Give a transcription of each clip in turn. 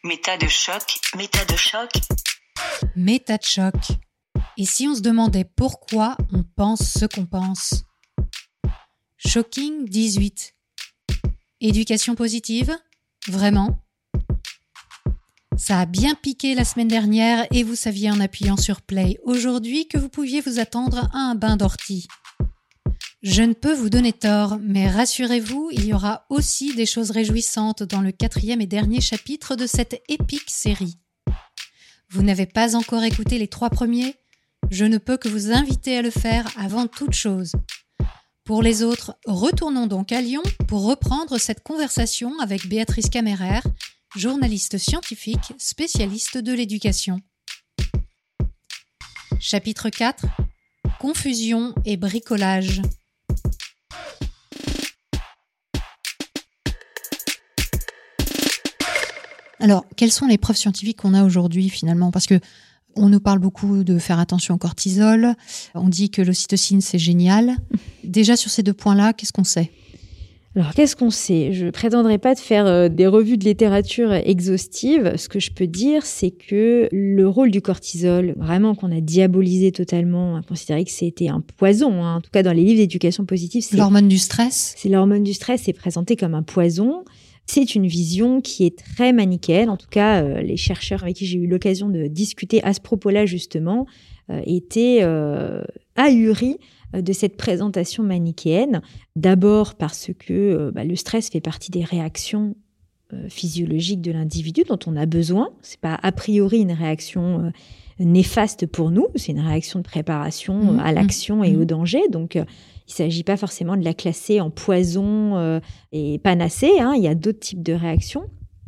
Méta de choc, méta de choc. Méta de choc. Et si on se demandait pourquoi on pense ce qu'on pense? Shocking 18. Éducation positive? Vraiment? Ça a bien piqué la semaine dernière et vous saviez en appuyant sur play aujourd'hui que vous pouviez vous attendre à un bain d'ortie. Je ne peux vous donner tort, mais rassurez-vous, il y aura aussi des choses réjouissantes dans le 4e et dernier chapitre de cette épique série. Vous n'avez pas encore écouté les 3 premiers? Je ne peux que vous inviter à le faire avant toute chose. Pour les autres, retournons donc à Lyon pour reprendre cette conversation avec Béatrice Caméraire, journaliste scientifique, spécialiste de l'éducation. Chapitre 4. Confusion et bricolage. Alors, quelles sont les preuves scientifiques qu'on a aujourd'hui finalement? Parce que on nous parle beaucoup de faire attention au cortisol. On dit que l'ocytocine, c'est génial. Déjà, sur ces 2 points-là, qu'est-ce qu'on sait? Alors, qu'est-ce qu'on sait? Je ne prétendrai pas de faire des revues de littérature exhaustives. Ce que je peux dire, c'est que le rôle du cortisol, vraiment qu'on a diabolisé totalement, considéré que c'était un poison, en tout cas dans les livres d'éducation positive. C'est l'hormone du stress. C'est l'hormone du stress, c'est présenté comme un poison. C'est une vision qui est très manichéenne. En tout cas, les chercheurs avec qui j'ai eu l'occasion de discuter à ce propos-là, justement, étaient ahuris de cette présentation manichéenne. D'abord parce que le stress fait partie des réactions physiologiques de l'individu dont on a besoin. C'est pas a priori une réaction néfaste pour nous. C'est une réaction de préparation à l'action et au danger. Donc, il ne s'agit pas forcément de la classer en poison et panacée. Il y a d'autres types de réactions.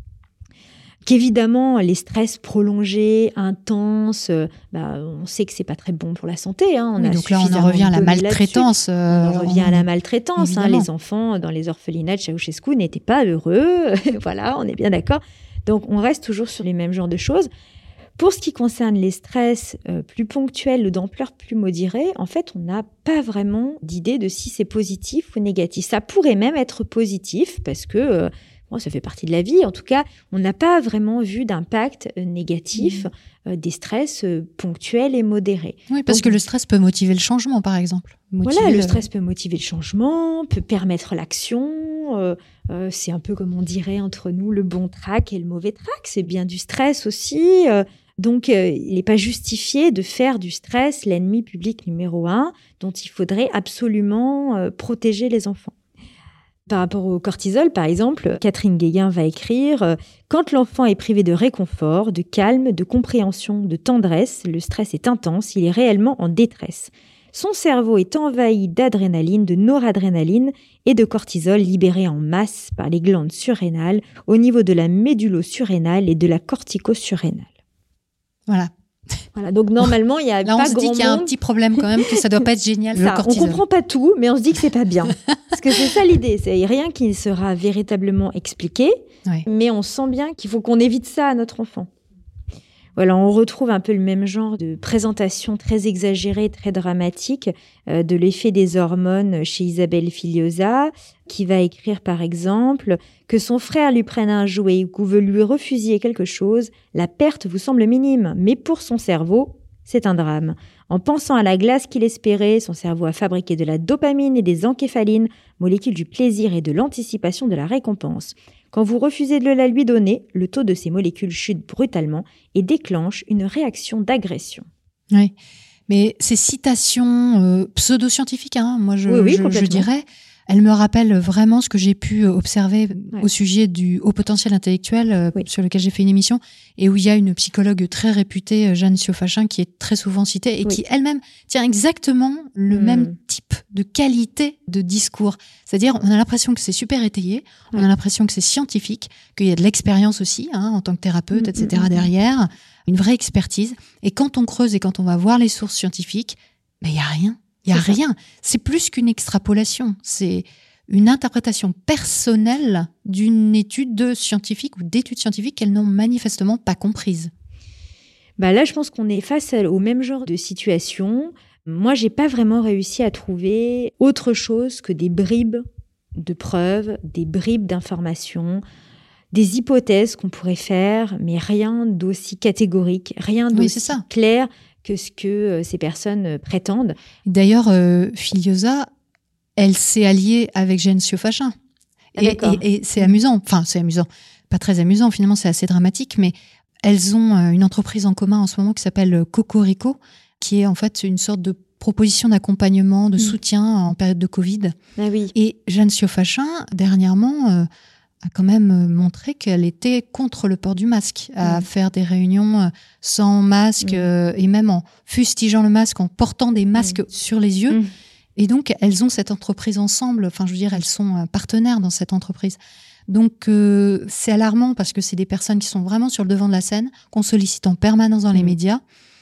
Qu'évidemment, les stress prolongés, intenses, on sait que c'est pas très bon pour la santé. Donc là, on en revient à la maltraitance. On en revient à la maltraitance. Les enfants dans les orphelinats de Ceausescu n'étaient pas heureux. Voilà, on est bien d'accord. Donc, on reste toujours sur les mêmes genres de choses. Pour ce qui concerne les stress plus ponctuels ou d'ampleur plus modérée, en fait, on n'a pas vraiment d'idée de si c'est positif ou négatif. Ça pourrait même être positif parce que ça fait partie de la vie. En tout cas, on n'a pas vraiment vu d'impact négatif des stress ponctuels et modérés. Oui, parce que le stress peut motiver le changement, par exemple. Le stress peut motiver le changement, peut permettre l'action. C'est un peu comme on dirait entre nous le bon trac et le mauvais trac. C'est bien du stress aussi. Donc, il n'est pas justifié de faire du stress l'ennemi public numéro 1 dont il faudrait absolument protéger les enfants. Par rapport au cortisol, par exemple, Catherine Guéguen va écrire « Quand l'enfant est privé de réconfort, de calme, de compréhension, de tendresse, le stress est intense, il est réellement en détresse. Son cerveau est envahi d'adrénaline, de noradrénaline et de cortisol libérés en masse par les glandes surrénales au niveau de la médullo-surrénale et de la cortico-surrénale. » Voilà. Donc normalement, il y a là, pas grand monde. Là, on se dit qu'il y a un petit problème quand même, que ça doit pas être génial, le cortisol. On comprend pas tout, mais on se dit que c'est pas bien. Parce que c'est ça l'idée, c'est rien qui sera véritablement expliqué, mais on sent bien qu'il faut qu'on évite ça à notre enfant. Voilà, on retrouve un peu le même genre de présentation très exagérée, très dramatique de l'effet des hormones chez Isabelle Filiosa, qui va écrire par exemple que son frère lui prenne un jouet ou que vous lui refusiez quelque chose, la perte vous semble minime, mais pour son cerveau, c'est un drame. En pensant à la glace qu'il espérait, son cerveau a fabriqué de la dopamine et des encéphalines, molécules du plaisir et de l'anticipation de la récompense. Quand vous refusez de la lui donner, le taux de ces molécules chute brutalement et déclenche une réaction d'agression. Oui, mais ces citations pseudo-scientifiques, moi je dirais, elles me rappellent vraiment ce que j'ai pu observer au sujet du haut potentiel intellectuel sur lequel j'ai fait une émission et où il y a une psychologue très réputée, Jeanne Siofachin, qui est très souvent citée et qui elle-même tient exactement le même type de qualité de discours. C'est-à-dire, on a l'impression que c'est super étayé, on a l'impression que c'est scientifique, qu'il y a de l'expérience aussi, en tant que thérapeute, etc. derrière, une vraie expertise. Et quand on creuse et quand on va voir les sources scientifiques, il y a rien. Il n'y a rien. C'est plus qu'une extrapolation. C'est une interprétation personnelle d'une étude scientifique ou d'études scientifiques qu'elles n'ont manifestement pas comprises. Là, je pense qu'on est face au même genre de situation. Moi, j'ai pas vraiment réussi à trouver autre chose que des bribes de preuves, des bribes d'informations, des hypothèses qu'on pourrait faire, mais rien d'aussi catégorique, rien d'aussi clair que ce que ces personnes prétendent. D'ailleurs, Filiosa, elle s'est alliée avec Gencio Fachin. Et c'est amusant, pas très amusant, finalement c'est assez dramatique, mais elles ont une entreprise en commun en ce moment qui s'appelle Cocorico, qui est en fait une sorte de proposition d'accompagnement, de soutien en période de Covid. Ah oui. Et Gencio Fachin, dernièrement, a quand même montré qu'elle était contre le port du masque, à faire des réunions sans masque, et même en fustigeant le masque, en portant des masques sur les yeux. Et donc, elles ont cette entreprise ensemble. Elles sont partenaires dans cette entreprise. Donc, c'est alarmant parce que c'est des personnes qui sont vraiment sur le devant de la scène, qu'on sollicite en permanence dans les médias.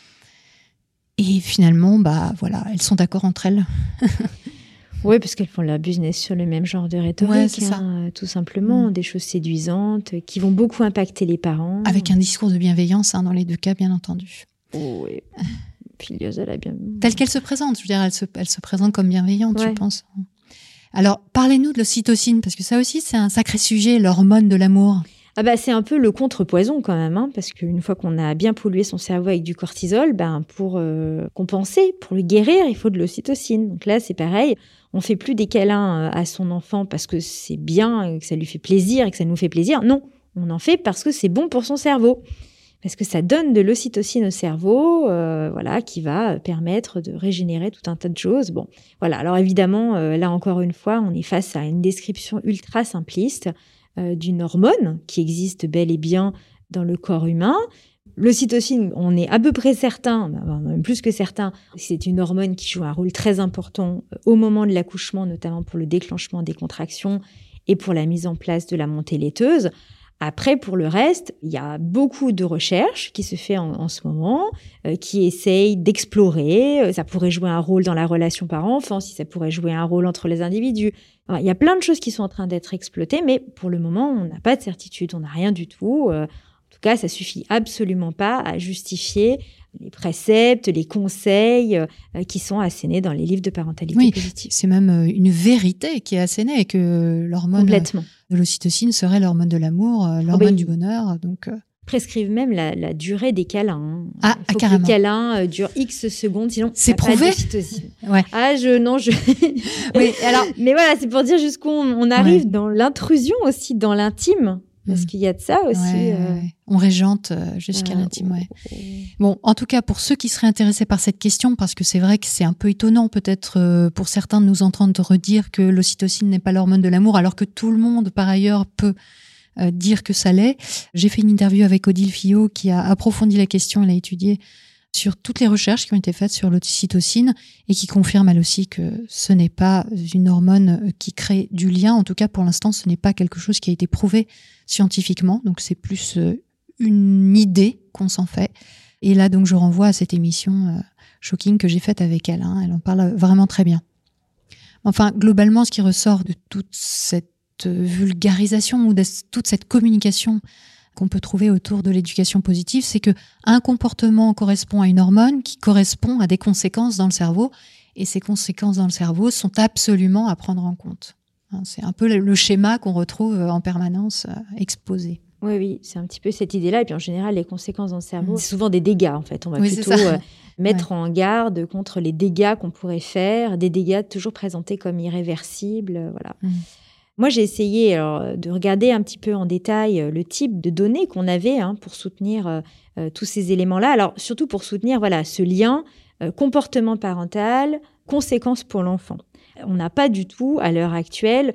Et finalement, elles sont d'accord entre elles. Oui, parce qu'elles font leur business sur le même genre de rhétorique, tout simplement. Des choses séduisantes qui vont beaucoup impacter les parents. Avec un discours de bienveillance, dans les deux cas, bien entendu. Oui. Filiosa, elle a bien... Telle qu'elle se présente, elle se présente comme bienveillante, je pense. Alors, parlez-nous de l'ocytocine, parce que ça aussi, c'est un sacré sujet, l'hormone de l'amour. C'est un peu le contrepoison quand même, parce qu'une fois qu'on a bien pollué son cerveau avec du cortisol, pour compenser, pour le guérir, il faut de l'ocytocine. Donc là, c'est pareil, on fait plus des câlins à son enfant parce que c'est bien, que ça lui fait plaisir et que ça nous fait plaisir. Non, on en fait parce que c'est bon pour son cerveau. Parce que ça donne de l'ocytocine au cerveau, qui va permettre de régénérer tout un tas de choses. Bon, voilà. Alors évidemment, là encore une fois, on est face à une description ultra simpliste d'une hormone qui existe bel et bien dans le corps humain. L'ocytocine, on est à peu près certain, même plus que certain, c'est une hormone qui joue un rôle très important au moment de l'accouchement, notamment pour le déclenchement des contractions et pour la mise en place de la montée laiteuse. Après, pour le reste, il y a beaucoup de recherches qui se fait en ce moment, qui essayent d'explorer. Ça pourrait jouer un rôle dans la relation parent-enfant, si ça pourrait jouer un rôle entre les individus. Alors, il y a plein de choses qui sont en train d'être explorées, mais pour le moment, on n'a pas de certitude, on n'a rien du tout. En tout cas, ça suffit absolument pas à justifier les préceptes, les conseils qui sont assénés dans les livres de parentalité positive. C'est même une vérité qui est assénée, que l'hormone de l'ocytocine serait l'hormone de l'amour, l'hormone du bonheur. Donc, prescrivent même la durée des câlins. Ah, il faut carrément. que les câlins durent X secondes, sinon c'est prouvé. Pas d'ocytocine. Ouais. Oui, alors, mais voilà, c'est pour dire jusqu'où on arrive dans l'intrusion aussi, dans l'intime. Parce qu'il y a de ça aussi. On régente jusqu'à l'intime. Bon, en tout cas, pour ceux qui seraient intéressés par cette question, parce que c'est vrai que c'est un peu étonnant peut-être pour certains de nous entendre redire que l'ocytocine n'est pas l'hormone de l'amour, alors que tout le monde, par ailleurs, peut dire que ça l'est. J'ai fait une interview avec Odile Fillot qui a approfondi la question, elle a étudié sur toutes les recherches qui ont été faites sur l'ocytocine et qui confirme elle aussi que ce n'est pas une hormone qui crée du lien. En tout cas, pour l'instant, ce n'est pas quelque chose qui a été prouvé scientifiquement. Donc, c'est plus une idée qu'on s'en fait. Et là, donc, je renvoie à cette émission Shocking que j'ai faite avec elle. Elle en parle vraiment très bien. Enfin, globalement, ce qui ressort de toute cette vulgarisation ou de toute cette communication qu'on peut trouver autour de l'éducation positive, c'est que un comportement correspond à une hormone qui correspond à des conséquences dans le cerveau, et ces conséquences dans le cerveau sont absolument à prendre en compte. C'est un peu le schéma qu'on retrouve en permanence exposé. Oui, c'est un petit peu cette idée-là. Et puis en général, les conséquences dans le cerveau, c'est souvent des dégâts en fait. On va plutôt mettre en garde contre les dégâts qu'on pourrait faire, des dégâts toujours présentés comme irréversibles. Voilà. Moi, j'ai essayé de regarder un petit peu en détail le type de données qu'on avait pour soutenir tous ces éléments-là. Alors, surtout pour soutenir ce lien comportement parental, conséquences pour l'enfant. On n'a pas du tout, à l'heure actuelle,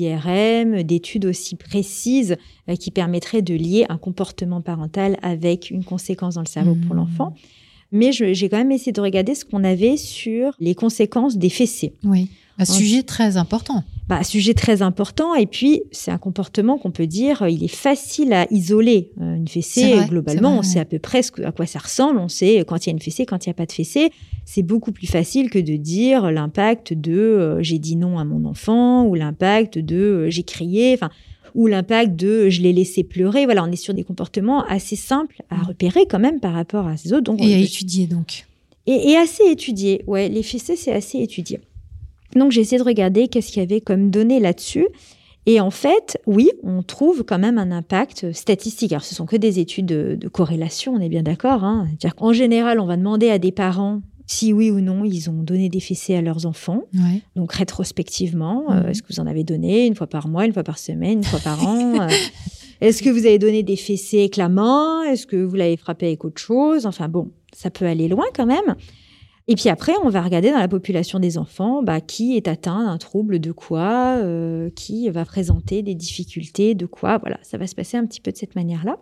d'IRM, d'études aussi précises qui permettraient de lier un comportement parental avec une conséquence dans le cerveau pour l'enfant. Mais j'ai quand même essayé de regarder ce qu'on avait sur les conséquences des fessées. Oui, un sujet très important. Sujet très important, et puis c'est un comportement qu'on peut dire, il est facile à isoler. Une fessée, globalement, on sait à peu près à quoi ça ressemble, on sait quand il y a une fessée, quand il n'y a pas de fessée. C'est beaucoup plus facile que de dire l'impact de j'ai dit non à mon enfant, ou l'impact de j'ai crié, ou l'impact de je l'ai laissé pleurer. Voilà, on est sur des comportements assez simples à repérer quand même par rapport à ces autres. Donc, et à étudier donc. Et assez étudié, les fessées, c'est assez étudié. Donc, j'ai essayé de regarder qu'est-ce qu'il y avait comme données là-dessus. Et en fait, oui, on trouve quand même un impact statistique. Alors, ce sont que des études de corrélation, on est bien d'accord. C'est-à-dire qu'en général, on va demander à des parents si oui ou non ils ont donné des fessées à leurs enfants. Ouais. Donc, rétrospectivement, est-ce que vous en avez donné une fois par mois, une fois par semaine, une fois par an Est-ce que vous avez donné des fessées avec la main? Est-ce que vous l'avez frappé avec autre chose? Enfin bon, ça peut aller loin quand même. Et puis après, on va regarder dans la population des enfants qui est atteint d'un trouble de quoi, qui va présenter des difficultés de quoi. Voilà, ça va se passer un petit peu de cette manière-là.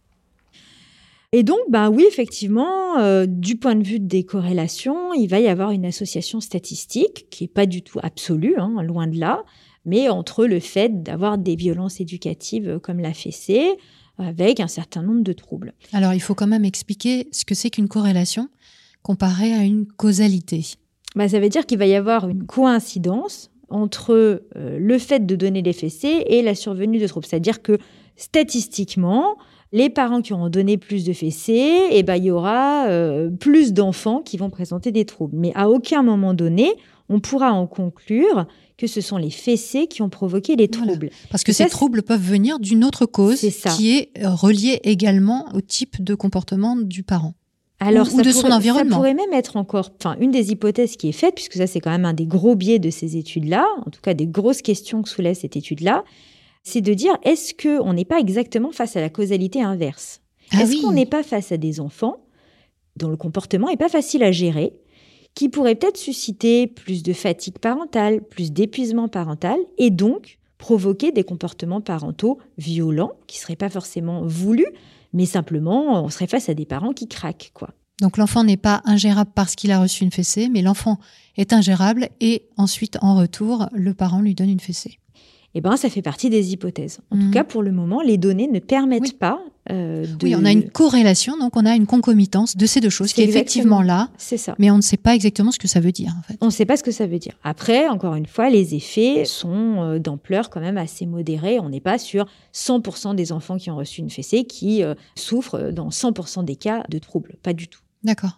Et donc, oui, effectivement, du point de vue des corrélations, il va y avoir une association statistique qui n'est pas du tout absolue, loin de là, mais entre le fait d'avoir des violences éducatives comme la fessée, avec un certain nombre de troubles. Alors, il faut quand même expliquer ce que c'est qu'une corrélation comparé à une causalité. Ça veut dire qu'il va y avoir une coïncidence entre le fait de donner des fessées et la survenue de troubles. C'est-à-dire que statistiquement, les parents qui auront donné plus de fessées, il y aura plus d'enfants qui vont présenter des troubles. Mais à aucun moment donné, on pourra en conclure que ce sont les fessées qui ont provoqué les troubles. Voilà. Parce que ces troubles peuvent venir d'une autre cause qui est reliée également au type de comportement du parent. Alors, ou de son environnement. Ça pourrait même être une des hypothèses qui est faite, puisque ça, c'est quand même un des gros biais de ces études-là, en tout cas des grosses questions que soulève cette étude-là, c'est de dire, est-ce qu'on n'est pas exactement face à la causalité inverse ? Est-ce qu'on n'est pas face à des enfants dont le comportement n'est pas facile à gérer, qui pourraient peut-être susciter plus de fatigue parentale, plus d'épuisement parental, et donc provoquer des comportements parentaux violents, qui ne seraient pas forcément voulus, mais simplement, on serait face à des parents qui craquent, quoi. Donc l'enfant n'est pas ingérable parce qu'il a reçu une fessée, mais l'enfant est ingérable et ensuite, en retour, le parent lui donne une fessée. Ça fait partie des hypothèses. En tout cas, pour le moment, les données ne permettent pas Oui, on a une corrélation, donc on a une concomitance de ces deux choses qui est effectivement là, c'est ça. Mais on ne sait pas exactement ce que ça veut dire, en fait. On ne sait pas ce que ça veut dire. Après, encore une fois, les effets sont d'ampleur quand même assez modérée. On n'est pas sur 100% des enfants qui ont reçu une fessée qui souffrent dans 100% des cas de troubles. Pas du tout. D'accord.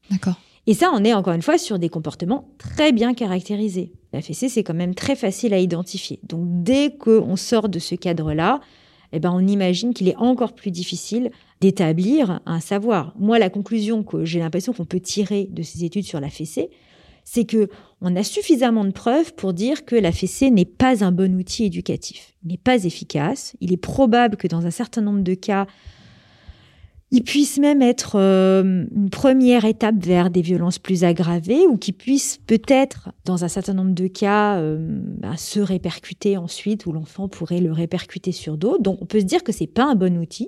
Et ça, on est encore une fois sur des comportements très bien caractérisés. La fessée, c'est quand même très facile à identifier. Donc, dès qu'on sort de ce cadre-là, on imagine qu'il est encore plus difficile d'établir un savoir. Moi, la conclusion que j'ai l'impression qu'on peut tirer de ces études sur la fessée, c'est qu'on a suffisamment de preuves pour dire que la fessée n'est pas un bon outil éducatif. Il n'est pas efficace. Il est probable que dans un certain nombre de cas, il puisse même être une première étape vers des violences plus aggravées ou qui puisse peut-être, dans un certain nombre de cas, se répercuter ensuite, où l'enfant pourrait le répercuter sur d'autres. Donc, on peut se dire que c'est pas un bon outil,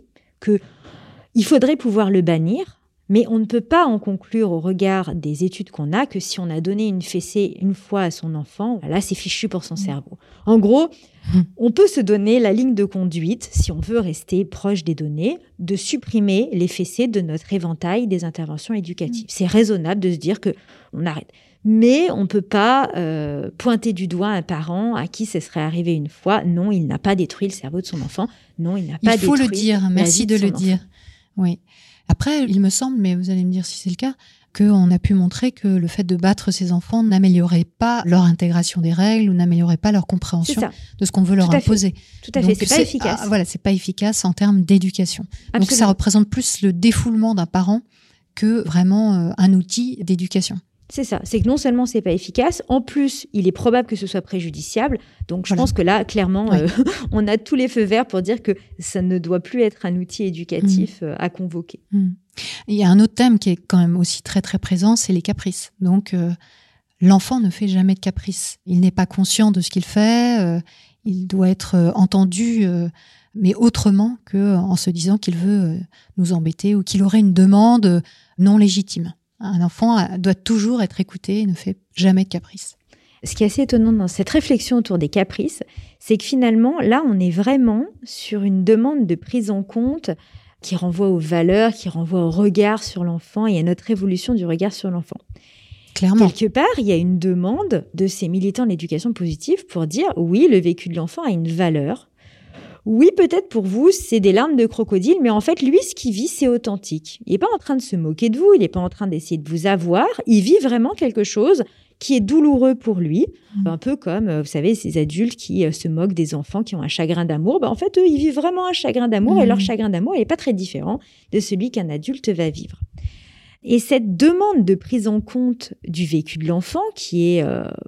qu'il faudrait pouvoir le bannir, mais on ne peut pas en conclure au regard des études qu'on a que si on a donné une fessée une fois à son enfant, là, c'est fichu pour son cerveau. En gros, on peut se donner la ligne de conduite, si on veut rester proche des données, de supprimer les fessées de notre éventail des interventions éducatives. C'est raisonnable de se dire qu'on arrête. Mais on ne peut pas pointer du doigt un parent à qui ce serait arrivé une fois. Non, il n'a pas détruit le cerveau de son enfant. Non, il n'a pas détruit. Il faut le dire. Merci de le dire. Oui. Après, il me semble, mais vous allez me dire si c'est le cas, qu'on a pu montrer que le fait de battre ses enfants n'améliorait pas leur intégration des règles ou n'améliorait pas leur compréhension de ce qu'on veut leur imposer. Tout à fait, c'est pas efficace. C'est pas efficace en termes d'éducation. Absolument. Donc ça représente plus le défoulement d'un parent que vraiment un outil d'éducation. C'est ça, c'est que non seulement c'est pas efficace, en plus il est probable que ce soit préjudiciable. Donc je pense que là, clairement, on a tous les feux verts pour dire que ça ne doit plus être un outil éducatif à convoquer. Il y a un autre thème qui est quand même aussi très très présent, c'est les caprices. Donc l'enfant ne fait jamais de caprices. Il n'est pas conscient de ce qu'il fait, il doit être entendu, mais autrement qu'en se disant qu'il veut nous embêter ou qu'il aurait une demande non légitime. Un enfant doit toujours être écouté et ne fait jamais de caprices. Ce qui est assez étonnant dans cette réflexion autour des caprices, c'est que finalement, là, on est vraiment sur une demande de prise en compte qui renvoie aux valeurs, qui renvoie au regard sur l'enfant et à notre évolution du regard sur l'enfant. Clairement. Quelque part, il y a une demande de ces militants de l'éducation positive pour dire « oui, le vécu de l'enfant a une valeur ». Oui, peut-être pour vous, c'est des larmes de crocodile, mais en fait, lui, ce qu'il vit, c'est authentique. Il n'est pas en train de se moquer de vous, il n'est pas en train d'essayer de vous avoir, il vit vraiment quelque chose qui est douloureux pour lui, un peu comme, vous savez, ces adultes qui se moquent des enfants qui ont un chagrin d'amour. En fait, eux, ils vivent vraiment un chagrin d'amour et leur chagrin d'amour n'est pas très différent de celui qu'un adulte va vivre. Et cette demande de prise en compte du vécu de l'enfant qui est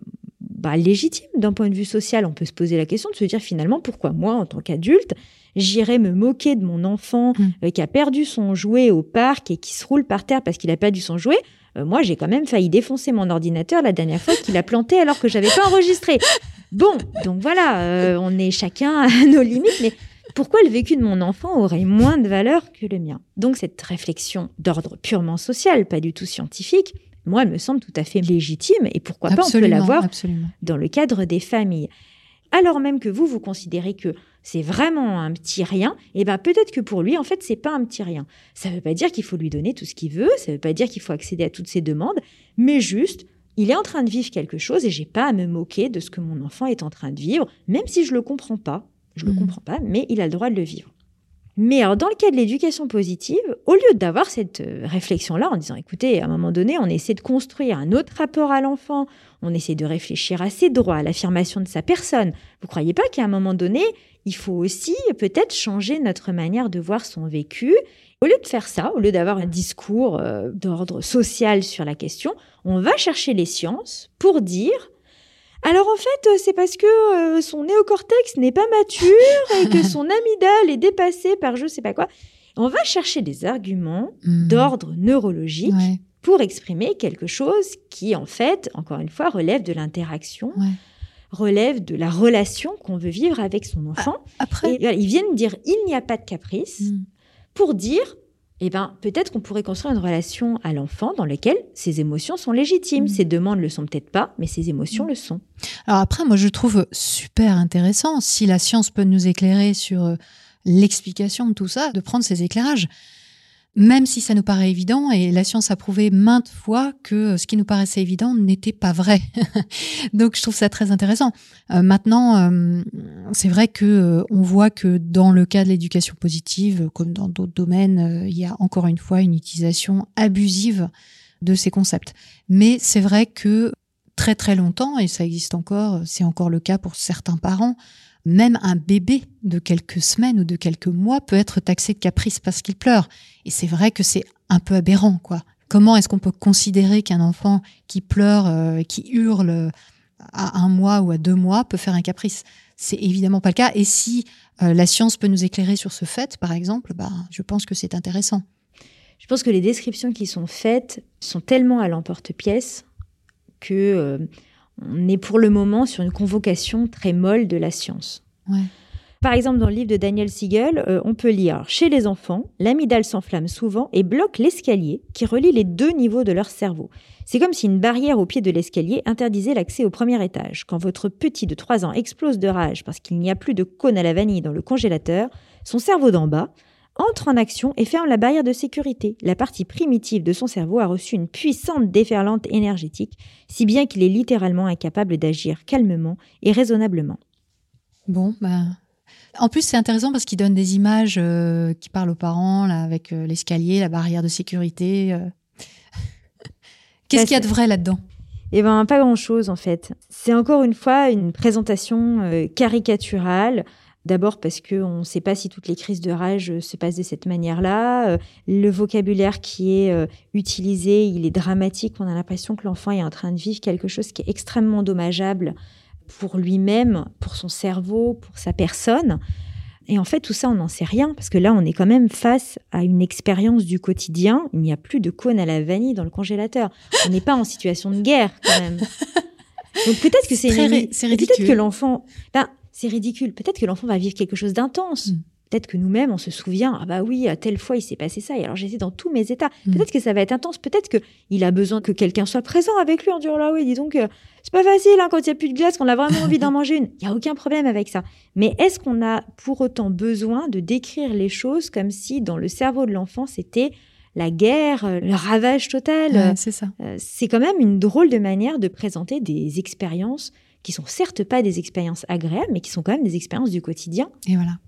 légitime d'un point de vue social, on peut se poser la question de se dire finalement pourquoi moi, en tant qu'adulte, j'irais me moquer de mon enfant qui a perdu son jouet au parc et qui se roule par terre parce qu'il a perdu son jouet. Moi, j'ai quand même failli défoncer mon ordinateur la dernière fois qu'il a planté alors que j'avais pas enregistré. Bon, donc voilà, on est chacun à nos limites, mais pourquoi le vécu de mon enfant aurait moins de valeur que le mien ? Donc cette réflexion d'ordre purement social, pas du tout scientifique, moi, elle me semble tout à fait légitime et pourquoi pas on peut l'avoir dans le cadre des familles. Alors même que vous considérez que c'est vraiment un petit rien, et peut-être que pour lui, en fait, c'est pas un petit rien. Ça veut pas dire qu'il faut lui donner tout ce qu'il veut, ça veut pas dire qu'il faut accéder à toutes ses demandes, mais juste, il est en train de vivre quelque chose et j'ai pas à me moquer de ce que mon enfant est en train de vivre, même si je le comprends pas. Je le comprends pas, mais il a le droit de le vivre. Mais alors, dans le cas de l'éducation positive, au lieu d'avoir cette réflexion-là en disant, écoutez, à un moment donné, on essaie de construire un autre rapport à l'enfant, on essaie de réfléchir à ses droits, à l'affirmation de sa personne. Vous croyez pas qu'à un moment donné, il faut aussi peut-être changer notre manière de voir son vécu ? Au lieu de faire ça, au lieu d'avoir un discours d'ordre social sur la question, on va chercher les sciences pour dire... Alors en fait, c'est parce que son néocortex n'est pas mature et que son amygdale est dépassée par je sais pas quoi. On va chercher des arguments d'ordre neurologique pour exprimer quelque chose qui, en fait, encore une fois, relève de l'interaction, relève de la relation qu'on veut vivre avec son enfant. Après, et, ils viennent dire « il n'y a pas de caprice » pour dire... peut-être qu'on pourrait construire une relation à l'enfant dans laquelle ses émotions sont légitimes. Ses demandes le sont peut-être pas, mais ses émotions le sont. Alors après, moi, je trouve super intéressant, si la science peut nous éclairer sur l'explication de tout ça, de prendre ces éclairages. Même si ça nous paraît évident, et la science a prouvé maintes fois que ce qui nous paraissait évident n'était pas vrai. Donc, je trouve ça très intéressant. Maintenant, c'est vrai que on voit que dans le cas de l'éducation positive, comme dans d'autres domaines, il y a encore une fois une utilisation abusive de ces concepts. Mais c'est vrai que très très longtemps, et ça existe encore, c'est encore le cas pour certains parents, même un bébé de quelques semaines ou de quelques mois peut être taxé de caprice parce qu'il pleure. Et c'est vrai que c'est un peu aberrant, quoi. Comment est-ce qu'on peut considérer qu'un enfant qui pleure, qui hurle à 1 mois ou à 2 mois peut faire un caprice ? C'est évidemment pas le cas. Et si la science peut nous éclairer sur ce fait, par exemple, je pense que c'est intéressant. Je pense que les descriptions qui sont faites sont tellement à l'emporte-pièce que... on est pour le moment sur une convocation très molle de la science. Par exemple, dans le livre de Daniel Siegel, on peut lire « Chez les enfants, l'amygdale s'enflamme souvent et bloque l'escalier qui relie les 2 niveaux de leur cerveau. C'est comme si une barrière au pied de l'escalier interdisait l'accès au premier étage. Quand votre petit de 3 ans explose de rage parce qu'il n'y a plus de cône à la vanille dans le congélateur, son cerveau d'en bas entre en action et ferme la barrière de sécurité. La partie primitive de son cerveau a reçu une puissante déferlante énergétique, si bien qu'il est littéralement incapable d'agir calmement et raisonnablement. » Bon, en plus, c'est intéressant parce qu'il donne des images qui parlent aux parents, là, avec l'escalier, la barrière de sécurité. Qu'est-ce qu'il y a de vrai là-dedans ? Pas grand-chose, en fait. C'est encore une fois une présentation caricaturale. D'abord parce qu'on ne sait pas si toutes les crises de rage se passent de cette manière-là. Le vocabulaire qui est utilisé, il est dramatique. On a l'impression que l'enfant est en train de vivre quelque chose qui est extrêmement dommageable pour lui-même, pour son cerveau, pour sa personne. Et en fait, tout ça, on n'en sait rien, parce que là, on est quand même face à une expérience du quotidien. Il n'y a plus de cône à la vanille dans le congélateur. On n'est pas en situation de guerre, quand même. Donc peut-être que c'est ridicule. Peut-être que l'enfant... c'est ridicule. Peut-être que l'enfant va vivre quelque chose d'intense. Peut-être que nous-mêmes, on se souvient, à telle fois, il s'est passé ça. Et alors, j'étais dans tous mes états. Peut-être que ça va être intense. Peut-être qu'il a besoin que quelqu'un soit présent avec lui en disant, là, oui, dis donc, c'est pas facile quand il n'y a plus de glace, qu'on a vraiment envie d'en manger une. Il n'y a aucun problème avec ça. Mais est-ce qu'on a pour autant besoin de décrire les choses comme si, dans le cerveau de l'enfant, c'était la guerre, le ravage total? C'est ça. C'est quand même une drôle de manière de présenter des expériences qui sont certes pas des expériences agréables, mais qui sont quand même des expériences du quotidien. Et voilà.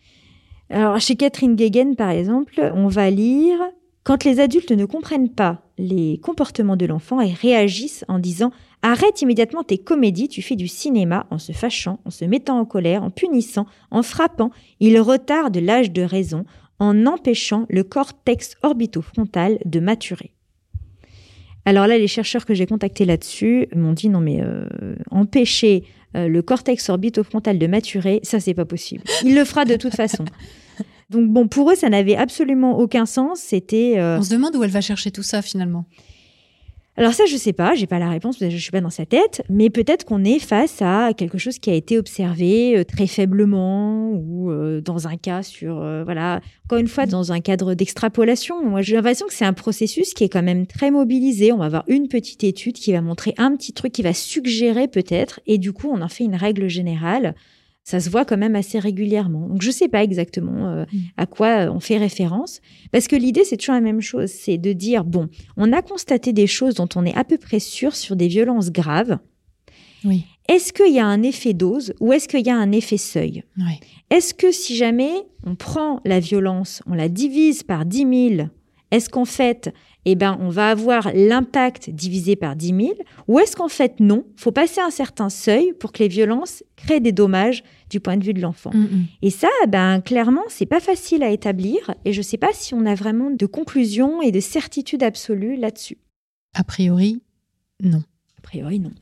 Alors, chez Catherine Guéguen, par exemple, on va lire « Quand les adultes ne comprennent pas les comportements de l'enfant et réagissent en disant « Arrête immédiatement tes comédies, tu fais du cinéma en se fâchant, en se mettant en colère, en punissant, en frappant. Il retarde l'âge de raison en empêchant le cortex orbitofrontal de maturer. » Alors là, les chercheurs que j'ai contactés là-dessus m'ont dit « Non mais empêcher le cortex orbitofrontal de maturer, ça c'est pas possible. Il le fera de toute façon. » Donc bon, pour eux, ça n'avait absolument aucun sens. C'était. On se demande où elle va chercher tout ça finalement. Alors ça, je sais pas, j'ai pas la réponse, je suis pas dans sa tête, mais peut-être qu'on est face à quelque chose qui a été observé très faiblement ou dans un cas sur, voilà, encore une fois, dans un cadre d'extrapolation. Moi, j'ai l'impression que c'est un processus qui est quand même très mobilisé. On va avoir une petite étude qui va montrer un petit truc qui va suggérer peut-être, et du coup, on en fait une règle générale. Ça se voit quand même assez régulièrement. Donc, je ne sais pas exactement à quoi on fait référence. Parce que l'idée, c'est toujours la même chose. C'est de dire, bon, on a constaté des choses dont on est à peu près sûr sur des violences graves. Oui. Est-ce qu'il y a un effet dose ou est-ce qu'il y a un effet seuil ? Oui. Est-ce que si jamais on prend la violence, on la divise par 10 000, est-ce qu'en fait, on va avoir l'impact divisé par 10 000 ou est-ce qu'en fait, non, il faut passer un certain seuil pour que les violences créent des dommages du point de vue de l'enfant. Et ça, clairement, c'est pas facile à établir et je sais pas si on a vraiment de conclusion et de certitude absolue là-dessus. A priori, non. A priori, non.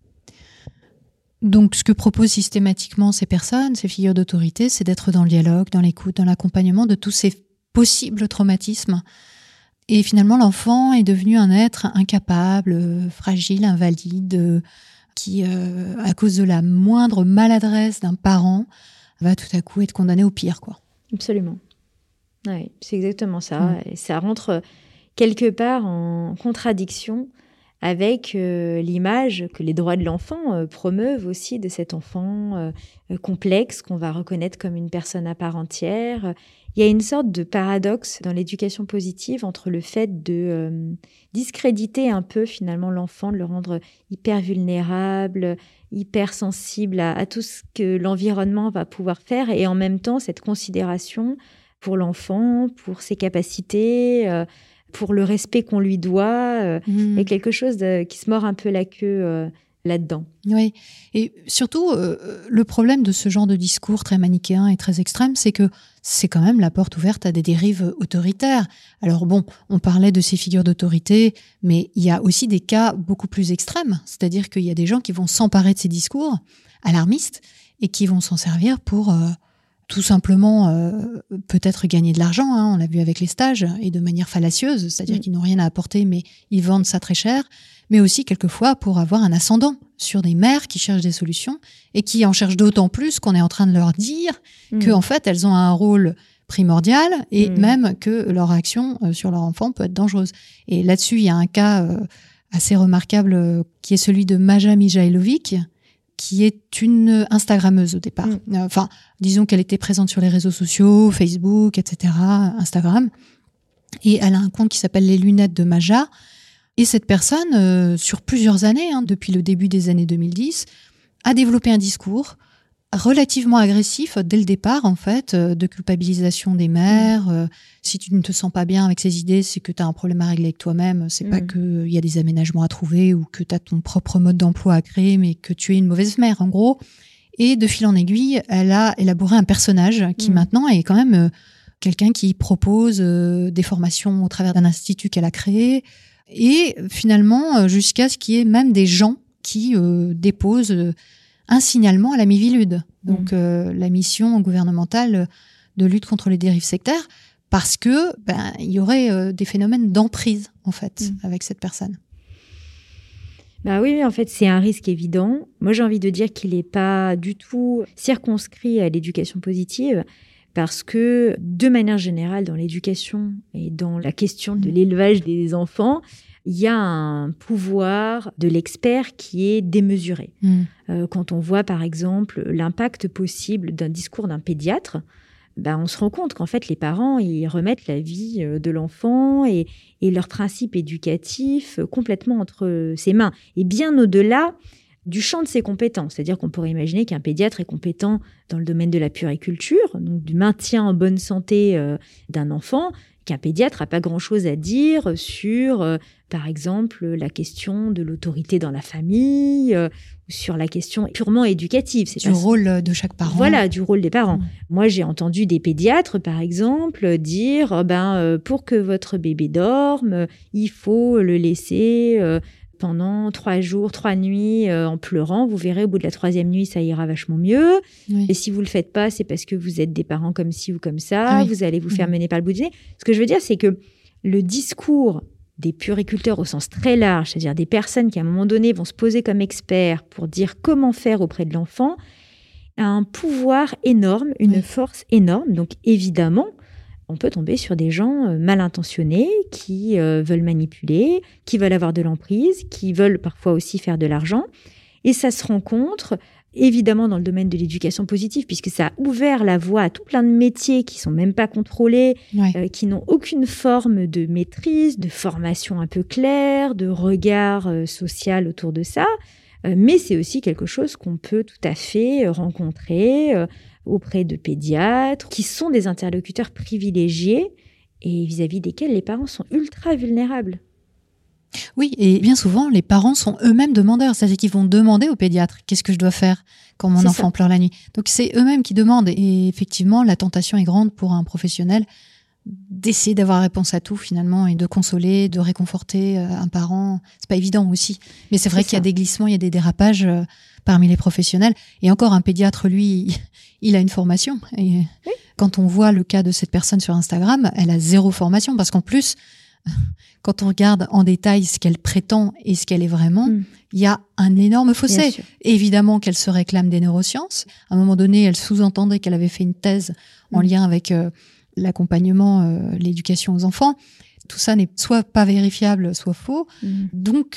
Donc, ce que proposent systématiquement ces personnes, ces figures d'autorité, c'est d'être dans le dialogue, dans l'écoute, dans l'accompagnement de tous ces possibles traumatismes. Et finalement, l'enfant est devenu un être incapable, fragile, invalide, qui, à cause de la moindre maladresse d'un parent, va tout à coup être condamné au pire, quoi. Absolument. Oui, c'est exactement ça. Et ça rentre quelque part en contradiction avec l'image que les droits de l'enfant promeuvent aussi de cet enfant complexe qu'on va reconnaître comme une personne à part entière. Il y a une sorte de paradoxe dans l'éducation positive entre le fait de discréditer un peu finalement l'enfant, de le rendre hyper vulnérable, hyper sensible à tout ce que l'environnement va pouvoir faire et en même temps cette considération pour l'enfant, pour ses capacités, pour le respect qu'on lui doit. Il y a quelque chose qui se mord un peu la queue là-dedans. Oui, et surtout, le problème de ce genre de discours très manichéen et très extrême, c'est que c'est quand même la porte ouverte à des dérives autoritaires. Alors bon, on parlait de ces figures d'autorité, mais il y a aussi des cas beaucoup plus extrêmes. C'est-à-dire qu'il y a des gens qui vont s'emparer de ces discours alarmistes et qui vont s'en servir pour tout simplement peut-être gagner de l'argent. On l'a vu avec les stages, et de manière fallacieuse, c'est-à-dire qu'ils n'ont rien à apporter, mais ils vendent ça très cher. Mais aussi quelquefois pour avoir un ascendant sur des mères qui cherchent des solutions et qui en cherchent d'autant plus qu'on est en train de leur dire qu'en fait, elles ont un rôle primordial et même que leur action sur leur enfant peut être dangereuse. Et là-dessus, il y a un cas assez remarquable qui est celui de Maja Mijailovic, qui est une Instagrammeuse au départ. Enfin, disons qu'elle était présente sur les réseaux sociaux, Facebook, etc., Instagram. Et elle a un compte qui s'appelle Les Lunettes de Maja. Et cette personne, sur plusieurs années, depuis le début des années 2010, a développé un discours relativement agressif dès le départ, en fait, de culpabilisation des mères. Si tu ne te sens pas bien avec ces idées, c'est que tu as un problème à régler avec toi-même. C'est pas qu'il y a des aménagements à trouver ou que tu as ton propre mode d'emploi à créer, mais que tu es une mauvaise mère, en gros. Et de fil en aiguille, elle a élaboré un personnage qui maintenant est quand même quelqu'un qui propose des formations au travers d'un institut qu'elle a créé. Et finalement, jusqu'à ce qu'il y ait même des gens qui déposent un signalement à la Miviludes, donc la mission gouvernementale de lutte contre les dérives sectaires, parce que il y aurait des phénomènes d'emprise en fait avec cette personne. Oui, en fait, c'est un risque évident. Moi, j'ai envie de dire qu'il n'est pas du tout circonscrit à l'éducation positive. Parce que, de manière générale, dans l'éducation et dans la question de l'élevage des enfants, il y a un pouvoir de l'expert qui est démesuré. Quand on voit, par exemple, l'impact possible d'un discours d'un pédiatre, on se rend compte qu'en fait, les parents, ils remettent la vie de l'enfant et leurs principes éducatifs complètement entre ses mains. Et bien au-delà du champ de ses compétences. C'est-à-dire qu'on pourrait imaginer qu'un pédiatre est compétent dans le domaine de la puériculture, donc du maintien en bonne santé d'un enfant, qu'un pédiatre n'a pas grand-chose à dire sur, par exemple, la question de l'autorité dans la famille, sur la question purement éducative. C'est du rôle de chaque parent. Voilà, du rôle des parents. Moi, j'ai entendu des pédiatres, par exemple, dire pour que votre bébé dorme, il faut le laisser pendant 3 jours, 3 nuits en pleurant. Vous verrez, au bout de la 3e nuit, ça ira vachement mieux. Oui. Et si vous ne le faites pas, c'est parce que vous êtes des parents comme ci ou comme ça. Oui. Vous allez vous faire mener par le bout du nez. Ce que je veux dire, c'est que le discours des puériculteurs au sens très large, c'est-à-dire des personnes qui, à un moment donné, vont se poser comme experts pour dire comment faire auprès de l'enfant, a un pouvoir énorme, une force énorme. Donc, évidemment, on peut tomber sur des gens mal intentionnés qui veulent manipuler, qui veulent avoir de l'emprise, qui veulent parfois aussi faire de l'argent. Et ça se rencontre évidemment dans le domaine de l'éducation positive, puisque ça a ouvert la voie à tout plein de métiers qui ne sont même pas contrôlés, qui n'ont aucune forme de maîtrise, de formation un peu claire, de regard social autour de ça. Mais c'est aussi quelque chose qu'on peut tout à fait rencontrer auprès de pédiatres, qui sont des interlocuteurs privilégiés et vis-à-vis desquels les parents sont ultra vulnérables. Oui, et bien souvent, les parents sont eux-mêmes demandeurs, c'est-à-dire qu'ils vont demander au pédiatre « qu'est-ce que je dois faire quand mon enfant pleure la nuit ?» Donc c'est eux-mêmes qui demandent, et effectivement, la tentation est grande pour un professionnel d'essayer d'avoir réponse à tout finalement, et de consoler, de réconforter un parent. C'est pas évident aussi, mais c'est vrai qu'il y a des glissements, il y a des dérapages parmi les professionnels. Et encore, un pédiatre, lui, il a une formation. Et quand on voit le cas de cette personne sur Instagram, elle a 0 formation, parce qu'en plus, quand on regarde en détail ce qu'elle prétend et ce qu'elle est vraiment, il y a un énorme fossé. Évidemment qu'elle se réclame des neurosciences. À un moment donné, elle sous-entendait qu'elle avait fait une thèse en lien avec l'accompagnement, l'éducation aux enfants. Tout ça n'est soit pas vérifiable, soit faux. Donc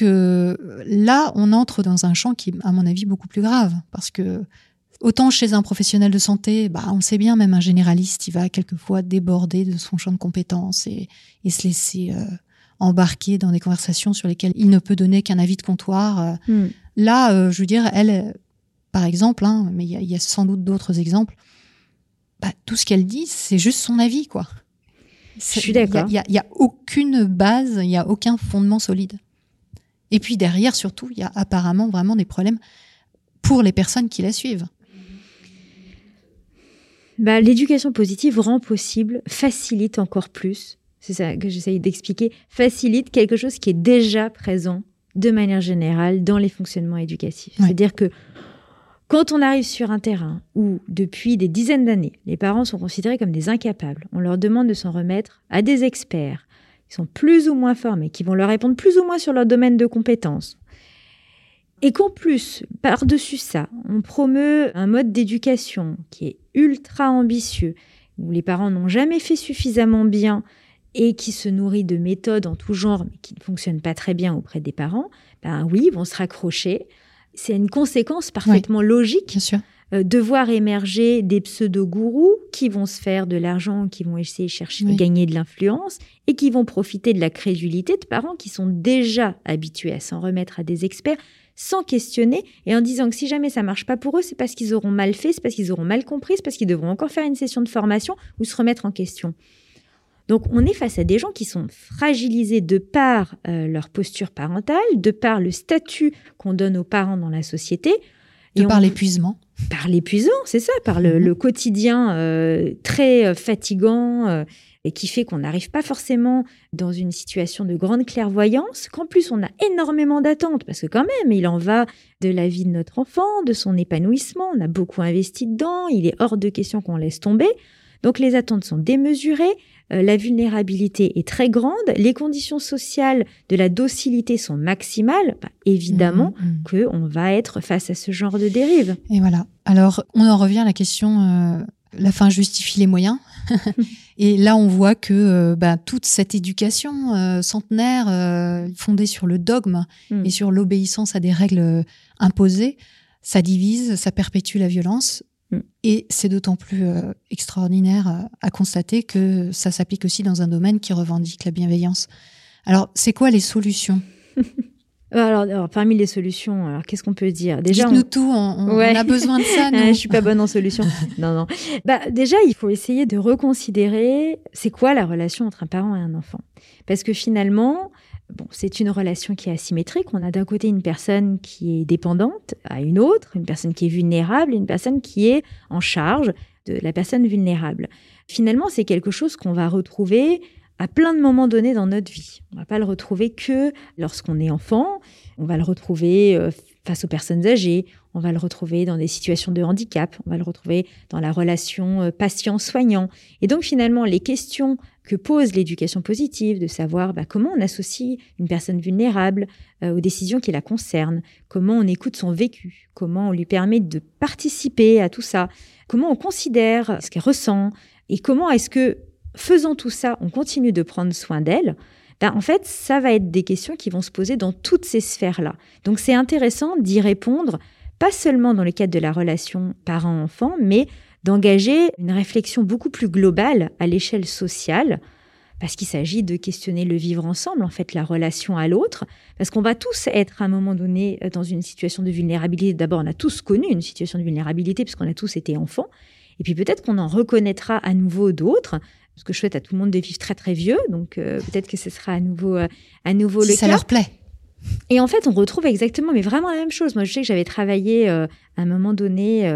là, on entre dans un champ qui est, à mon avis, beaucoup plus grave. Parce que autant chez un professionnel de santé, on le sait bien, même un généraliste, il va quelquefois déborder de son champ de compétences et se laisser embarquer dans des conversations sur lesquelles il ne peut donner qu'un avis de comptoir. Là, je veux dire, elle, par exemple, mais il y a sans doute d'autres exemples, tout ce qu'elle dit, c'est juste son avis, quoi. Je suis d'accord. Il y a aucune base, il y a aucun fondement solide. Et puis derrière, surtout, il y a apparemment vraiment des problèmes pour les personnes qui la suivent. L'éducation positive rend possible, facilite encore plus, c'est ça que j'essaye d'expliquer, facilite quelque chose qui est déjà présent de manière générale dans les fonctionnements éducatifs. C'est-à-dire que quand on arrive sur un terrain où, depuis des dizaines d'années, les parents sont considérés comme des incapables, on leur demande de s'en remettre à des experts qui sont plus ou moins formés, qui vont leur répondre plus ou moins sur leur domaine de compétences, et qu'en plus, par-dessus ça, on promeut un mode d'éducation qui est ultra ambitieux, où les parents n'ont jamais fait suffisamment bien et qui se nourrit de méthodes en tout genre, mais qui ne fonctionnent pas très bien auprès des parents, oui, ils vont se raccrocher. C'est une conséquence parfaitement logique bien sûr. De voir émerger des pseudo-gourous qui vont se faire de l'argent, qui vont essayer de chercher de gagner de l'influence et qui vont profiter de la crédulité de parents qui sont déjà habitués à s'en remettre à des experts sans questionner et en disant que si jamais ça marche pas pour eux, c'est parce qu'ils auront mal fait, c'est parce qu'ils auront mal compris, c'est parce qu'ils devront encore faire une session de formation ou se remettre en question. Donc, on est face à des gens qui sont fragilisés de par leur posture parentale, de par le statut qu'on donne aux parents dans la société. Par l'épuisement. Par l'épuisement, c'est ça, par le quotidien très fatigant et qui fait qu'on n'arrive pas forcément dans une situation de grande clairvoyance, qu'en plus on a énormément d'attentes, parce que quand même, il en va de la vie de notre enfant, de son épanouissement, on a beaucoup investi dedans, il est hors de question qu'on laisse tomber. Donc les attentes sont démesurées, la vulnérabilité est très grande, les conditions sociales de la docilité sont maximales, évidemment qu'on va être face à ce genre de dérive. Et voilà. Alors, on en revient à la question, la fin justifie les moyens. Et là, on voit que toute cette éducation centenaire fondée sur le dogme et sur l'obéissance à des règles imposées, ça divise, ça perpétue la violence. Et c'est d'autant plus extraordinaire à constater que ça s'applique aussi dans un domaine qui revendique la bienveillance. Alors, c'est quoi les solutions ? Alors, parmi les solutions, qu'est-ce qu'on peut dire? Déjà, dites-nous tout, on a besoin de ça, nous. Je suis pas bonne en solutions. Non. Déjà, il faut essayer de reconsidérer c'est quoi la relation entre un parent et un enfant. Parce que finalement, c'est une relation qui est asymétrique. On a d'un côté une personne qui est dépendante à une autre, une personne qui est vulnérable et une personne qui est en charge de la personne vulnérable. Finalement, c'est quelque chose qu'on va retrouver à plein de moments donnés dans notre vie. On ne va pas le retrouver que lorsqu'on est enfant, on va le retrouver face aux personnes âgées, on va le retrouver dans des situations de handicap, on va le retrouver dans la relation patient-soignant. Et donc finalement, les questions que pose l'éducation positive, de savoir comment on associe une personne vulnérable aux décisions qui la concernent, comment on écoute son vécu, comment on lui permet de participer à tout ça, comment on considère ce qu'elle ressent, et comment est-ce que faisant tout ça, on continue de prendre soin d'elle, en fait, ça va être des questions qui vont se poser dans toutes ces sphères-là. Donc, c'est intéressant d'y répondre, pas seulement dans le cadre de la relation parent-enfant, mais d'engager une réflexion beaucoup plus globale à l'échelle sociale, parce qu'il s'agit de questionner le vivre ensemble, en fait, la relation à l'autre, parce qu'on va tous être à un moment donné dans une situation de vulnérabilité. D'abord, on a tous connu une situation de vulnérabilité, parce qu'on a tous été enfants, et puis peut-être qu'on en reconnaîtra à nouveau d'autres, parce que je souhaite à tout le monde de vivre très très vieux, donc peut-être que ce sera à nouveau le cas. Si ça leur plaît. Et en fait, on retrouve exactement, mais vraiment la même chose. Moi, je sais que j'avais travaillé à un moment donné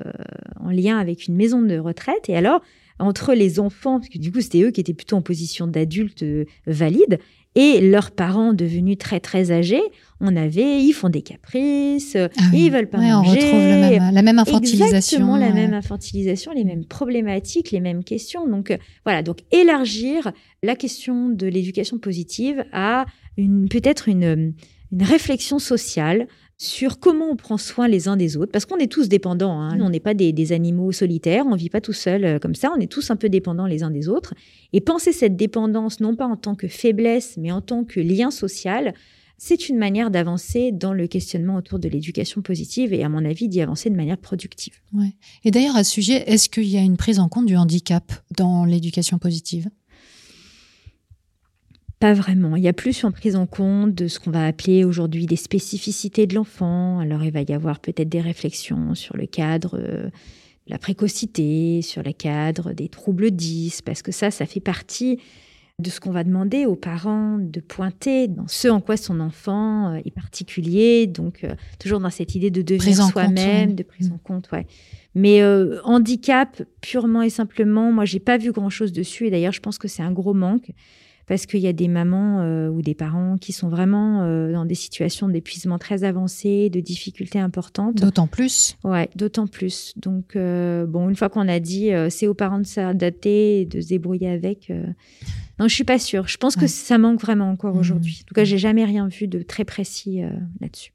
en lien avec une maison de retraite, et alors entre les enfants, parce que du coup c'était eux qui étaient plutôt en position d'adultes valides, et leurs parents devenus très très âgés, ils font des caprices, ils veulent pas manger. On retrouve la même infantilisation. Exactement, la même infantilisation, les mêmes problématiques, les mêmes questions. Donc voilà, donc élargir la question de l'éducation positive à peut-être une réflexion sociale sur comment on prend soin les uns des autres, parce qu'on est tous dépendants, hein. On n'est pas des animaux solitaires, on ne vit pas tout seul comme ça, on est tous un peu dépendants les uns des autres. Et penser cette dépendance, non pas en tant que faiblesse, mais en tant que lien social, c'est une manière d'avancer dans le questionnement autour de l'éducation positive et, à mon avis, d'y avancer de manière productive. Ouais. Et d'ailleurs, à ce sujet, est-ce qu'il y a une prise en compte du handicap dans l'éducation positive ? Pas vraiment. Il y a plus une prise en compte de ce qu'on va appeler aujourd'hui des spécificités de l'enfant. Alors, il va y avoir peut-être des réflexions sur le cadre de la précocité, sur le cadre des troubles 10, parce que ça fait partie de ce qu'on va demander aux parents de pointer dans ce en quoi son enfant est particulier. Donc, toujours dans cette idée de devenir soi-même, de prise en compte, ouais. Mais handicap, purement et simplement, moi, j'ai pas vu grand-chose dessus. Et d'ailleurs, je pense que c'est un gros manque. Parce qu'il y a des mamans ou des parents qui sont vraiment dans des situations d'épuisement très avancées, de difficultés importantes. D'autant plus. Ouais, d'autant plus. Donc, une fois qu'on a dit c'est aux parents de s'adapter et de se débrouiller avec, non, je suis pas sûre. Je pense que ça manque vraiment encore aujourd'hui. En tout cas, j'ai jamais rien vu de très précis là-dessus.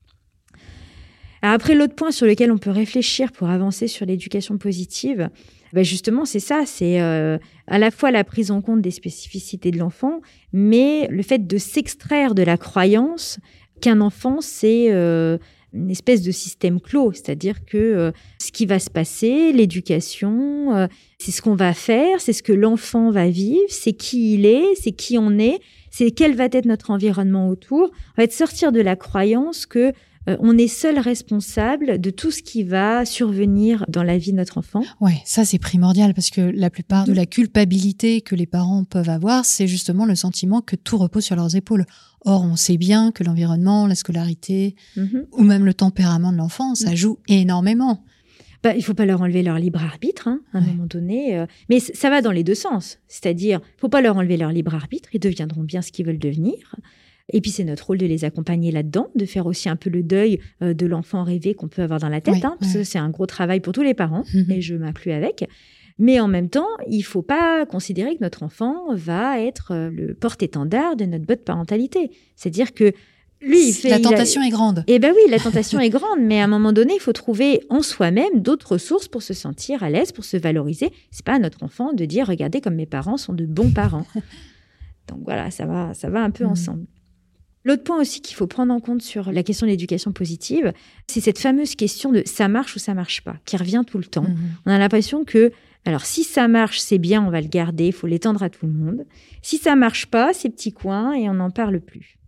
Alors après, l'autre point sur lequel on peut réfléchir pour avancer sur l'éducation positive, justement, c'est ça, c'est à la fois la prise en compte des spécificités de l'enfant, mais le fait de s'extraire de la croyance qu'un enfant, c'est une espèce de système clos, c'est-à-dire que ce qui va se passer, l'éducation, c'est ce qu'on va faire, c'est ce que l'enfant va vivre, c'est qui il est, c'est qui on est, c'est quel va être notre environnement autour. On va sortir de la croyance que on est seul responsable de tout ce qui va survenir dans la vie de notre enfant. Ouais, ça c'est primordial parce que la plupart de la culpabilité que les parents peuvent avoir, c'est justement le sentiment que tout repose sur leurs épaules. Or, on sait bien que l'environnement, la scolarité ou même le tempérament de l'enfant, ça joue énormément. Il faut pas leur enlever leur libre arbitre, à un moment donné. Mais ça va dans les deux sens. C'est-à-dire, faut pas leur enlever leur libre arbitre. Ils deviendront bien ce qu'ils veulent devenir. Et puis, c'est notre rôle de les accompagner là-dedans, de faire aussi un peu le deuil de l'enfant rêvé qu'on peut avoir dans la tête, parce que c'est un gros travail pour tous les parents, et je m'inclus avec. Mais en même temps, il ne faut pas considérer que notre enfant va être le porte-étendard de notre bonne parentalité. C'est-à-dire que lui, la tentation est grande. Eh bien oui, la tentation est grande, mais à un moment donné, il faut trouver en soi-même d'autres ressources pour se sentir à l'aise, pour se valoriser. Ce n'est pas à notre enfant de dire « Regardez comme mes parents sont de bons parents ». Donc voilà, ça va un peu ensemble. L'autre point aussi qu'il faut prendre en compte sur la question de l'éducation positive, c'est cette fameuse question de « ça marche ou ça marche pas » qui revient tout le temps. On a l'impression que, alors si ça marche, c'est bien, on va le garder, il faut l'étendre à tout le monde. Si ça marche pas, c'est petit coin et on n'en parle plus.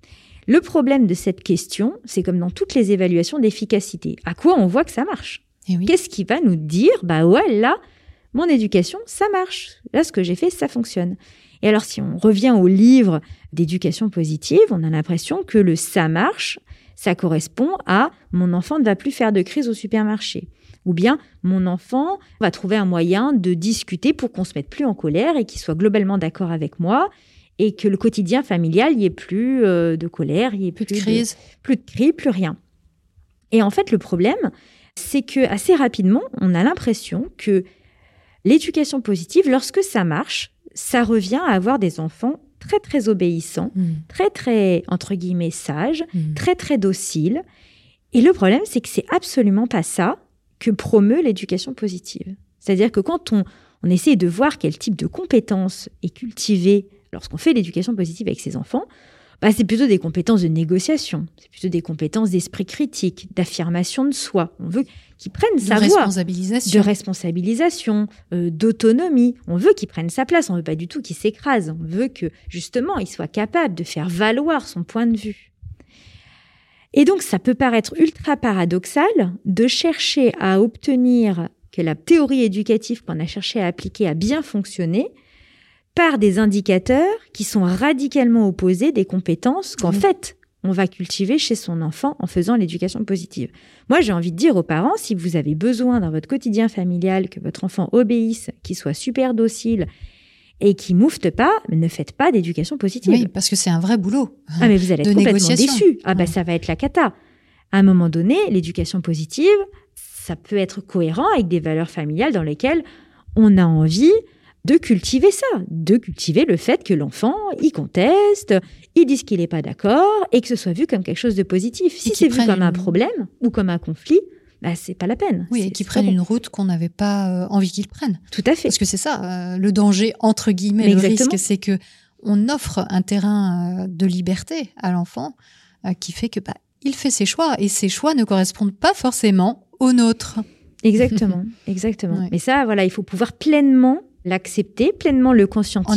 Le problème de cette question, c'est comme dans toutes les évaluations d'efficacité. À quoi on voit que ça marche ? Qu'est-ce qui va nous dire, là, mon éducation, ça marche. Là, ce que j'ai fait, ça fonctionne. Et alors, si on revient au livre d'éducation positive, on a l'impression que le « ça marche », ça correspond à « mon enfant ne va plus faire de crise au supermarché ». Ou bien « mon enfant va trouver un moyen de discuter pour qu'on se mette plus en colère et qu'il soit globalement d'accord avec moi et que le quotidien familial, il n'y ait plus de colère, il n'y ait plus de crise, plus de cris, plus rien ». Et en fait, le problème, c'est que assez rapidement, on a l'impression que l'éducation positive, lorsque ça marche, ça revient à avoir des enfants très, très obéissants, très, très, entre guillemets, sages, très, très dociles. Et le problème, c'est que c'est absolument pas ça que promeut l'éducation positive. C'est-à-dire que quand on essaie de voir quel type de compétences est cultivé lorsqu'on fait l'éducation positive avec ses enfants, c'est plutôt des compétences de négociation, c'est plutôt des compétences d'esprit critique, d'affirmation de soi. On veut qu'ils prennent sa voix, de responsabilisation, d'autonomie. On veut qu'ils prennent sa place, on ne veut pas du tout qu'ils s'écrasent. On veut que, justement, il soit capable de faire valoir son point de vue. Et donc, ça peut paraître ultra paradoxal de chercher à obtenir que la théorie éducative qu'on a cherché à appliquer a bien fonctionné par des indicateurs qui sont radicalement opposés des compétences qu'en fait, on va cultiver chez son enfant en faisant l'éducation positive. Moi, j'ai envie de dire aux parents, si vous avez besoin dans votre quotidien familial que votre enfant obéisse, qu'il soit super docile et qu'il moufte pas, ne faites pas d'éducation positive. Oui, parce que c'est un vrai boulot. Mais vous allez être complètement déçus. Ça va être la cata. À un moment donné, l'éducation positive, ça peut être cohérent avec des valeurs familiales dans lesquelles on a envie de cultiver ça, de cultiver le fait que l'enfant, il conteste, il dit qu'il n'est pas d'accord et que ce soit vu comme quelque chose de positif. Si c'est vu comme un problème ou comme un conflit, c'est pas la peine. Oui, et qu'ils prennent une route qu'on n'avait pas envie qu'ils prennent. Tout à fait. Parce que c'est ça, le danger, entre guillemets, le risque, c'est que on offre un terrain de liberté à l'enfant qui fait que il fait ses choix et ses choix ne correspondent pas forcément aux nôtres. Exactement. Ouais. Mais ça, il faut pouvoir pleinement l'accepter, pleinement le conscientiser.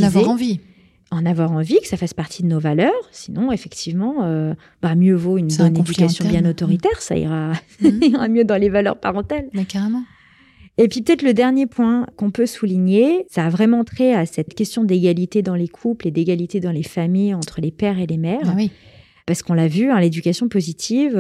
En avoir envie, que ça fasse partie de nos valeurs. Sinon, effectivement, mieux vaut une bonne éducation bien autoritaire. Ça ira mieux dans les valeurs parentales. Mais carrément. Et puis peut-être le dernier point qu'on peut souligner, ça a vraiment trait à cette question d'égalité dans les couples et d'égalité dans les familles entre les pères et les mères. Oui. Parce qu'on l'a vu, l'éducation positive,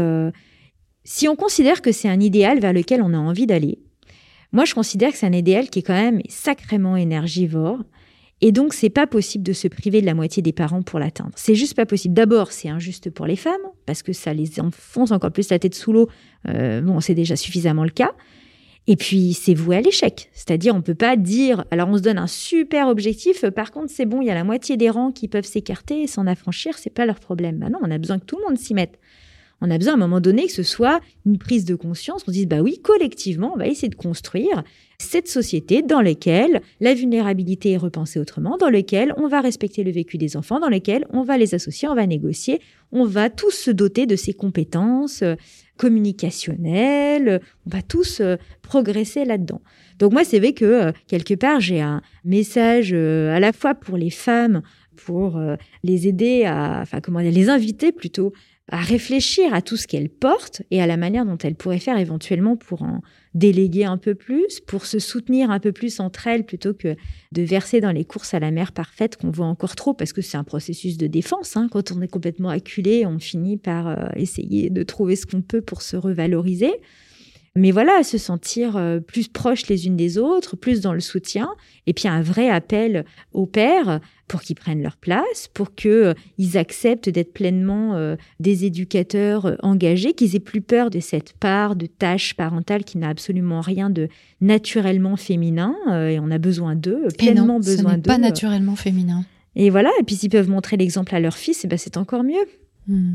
si on considère que c'est un idéal vers lequel on a envie d'aller, moi, je considère que c'est un idéal qui est quand même sacrément énergivore. Et donc, c'est pas possible de se priver de la moitié des parents pour l'atteindre. C'est juste pas possible. D'abord, c'est injuste pour les femmes, parce que ça les enfonce encore plus la tête sous l'eau. C'est déjà suffisamment le cas. Et puis, c'est voué à l'échec. C'est-à-dire, on peut pas dire, alors on se donne un super objectif, par contre, c'est bon, il y a la moitié des rangs qui peuvent s'écarter et s'en affranchir, c'est pas leur problème. Non, on a besoin que tout le monde s'y mette. On a besoin à un moment donné que ce soit une prise de conscience, on se dise, oui, collectivement, on va essayer de construire cette société dans laquelle la vulnérabilité est repensée autrement, dans laquelle on va respecter le vécu des enfants, dans laquelle on va les associer, on va négocier, on va tous se doter de ces compétences communicationnelles, on va tous progresser là-dedans. Donc moi, c'est vrai que quelque part, j'ai un message à la fois pour les femmes, pour les aider les inviter plutôt à réfléchir à tout ce qu'elles portent et à la manière dont elles pourraient faire éventuellement pour en déléguer un peu plus, pour se soutenir un peu plus entre elles plutôt que de verser dans les courses à la mère parfaite qu'on voit encore trop parce que c'est un processus de défense. Quand on est complètement acculé, on finit par essayer de trouver ce qu'on peut pour se revaloriser. Mais voilà, se sentir plus proches les unes des autres, plus dans le soutien, et puis un vrai appel aux pères pour qu'ils prennent leur place, pour qu'ils acceptent d'être pleinement des éducateurs engagés, qu'ils aient plus peur de cette part de tâche parentale qui n'a absolument rien de naturellement féminin, et on a besoin d'eux, pleinement besoin d'eux. Ce n'est pas naturellement féminin. Et voilà, et puis s'ils peuvent montrer l'exemple à leur fils, c'est encore mieux.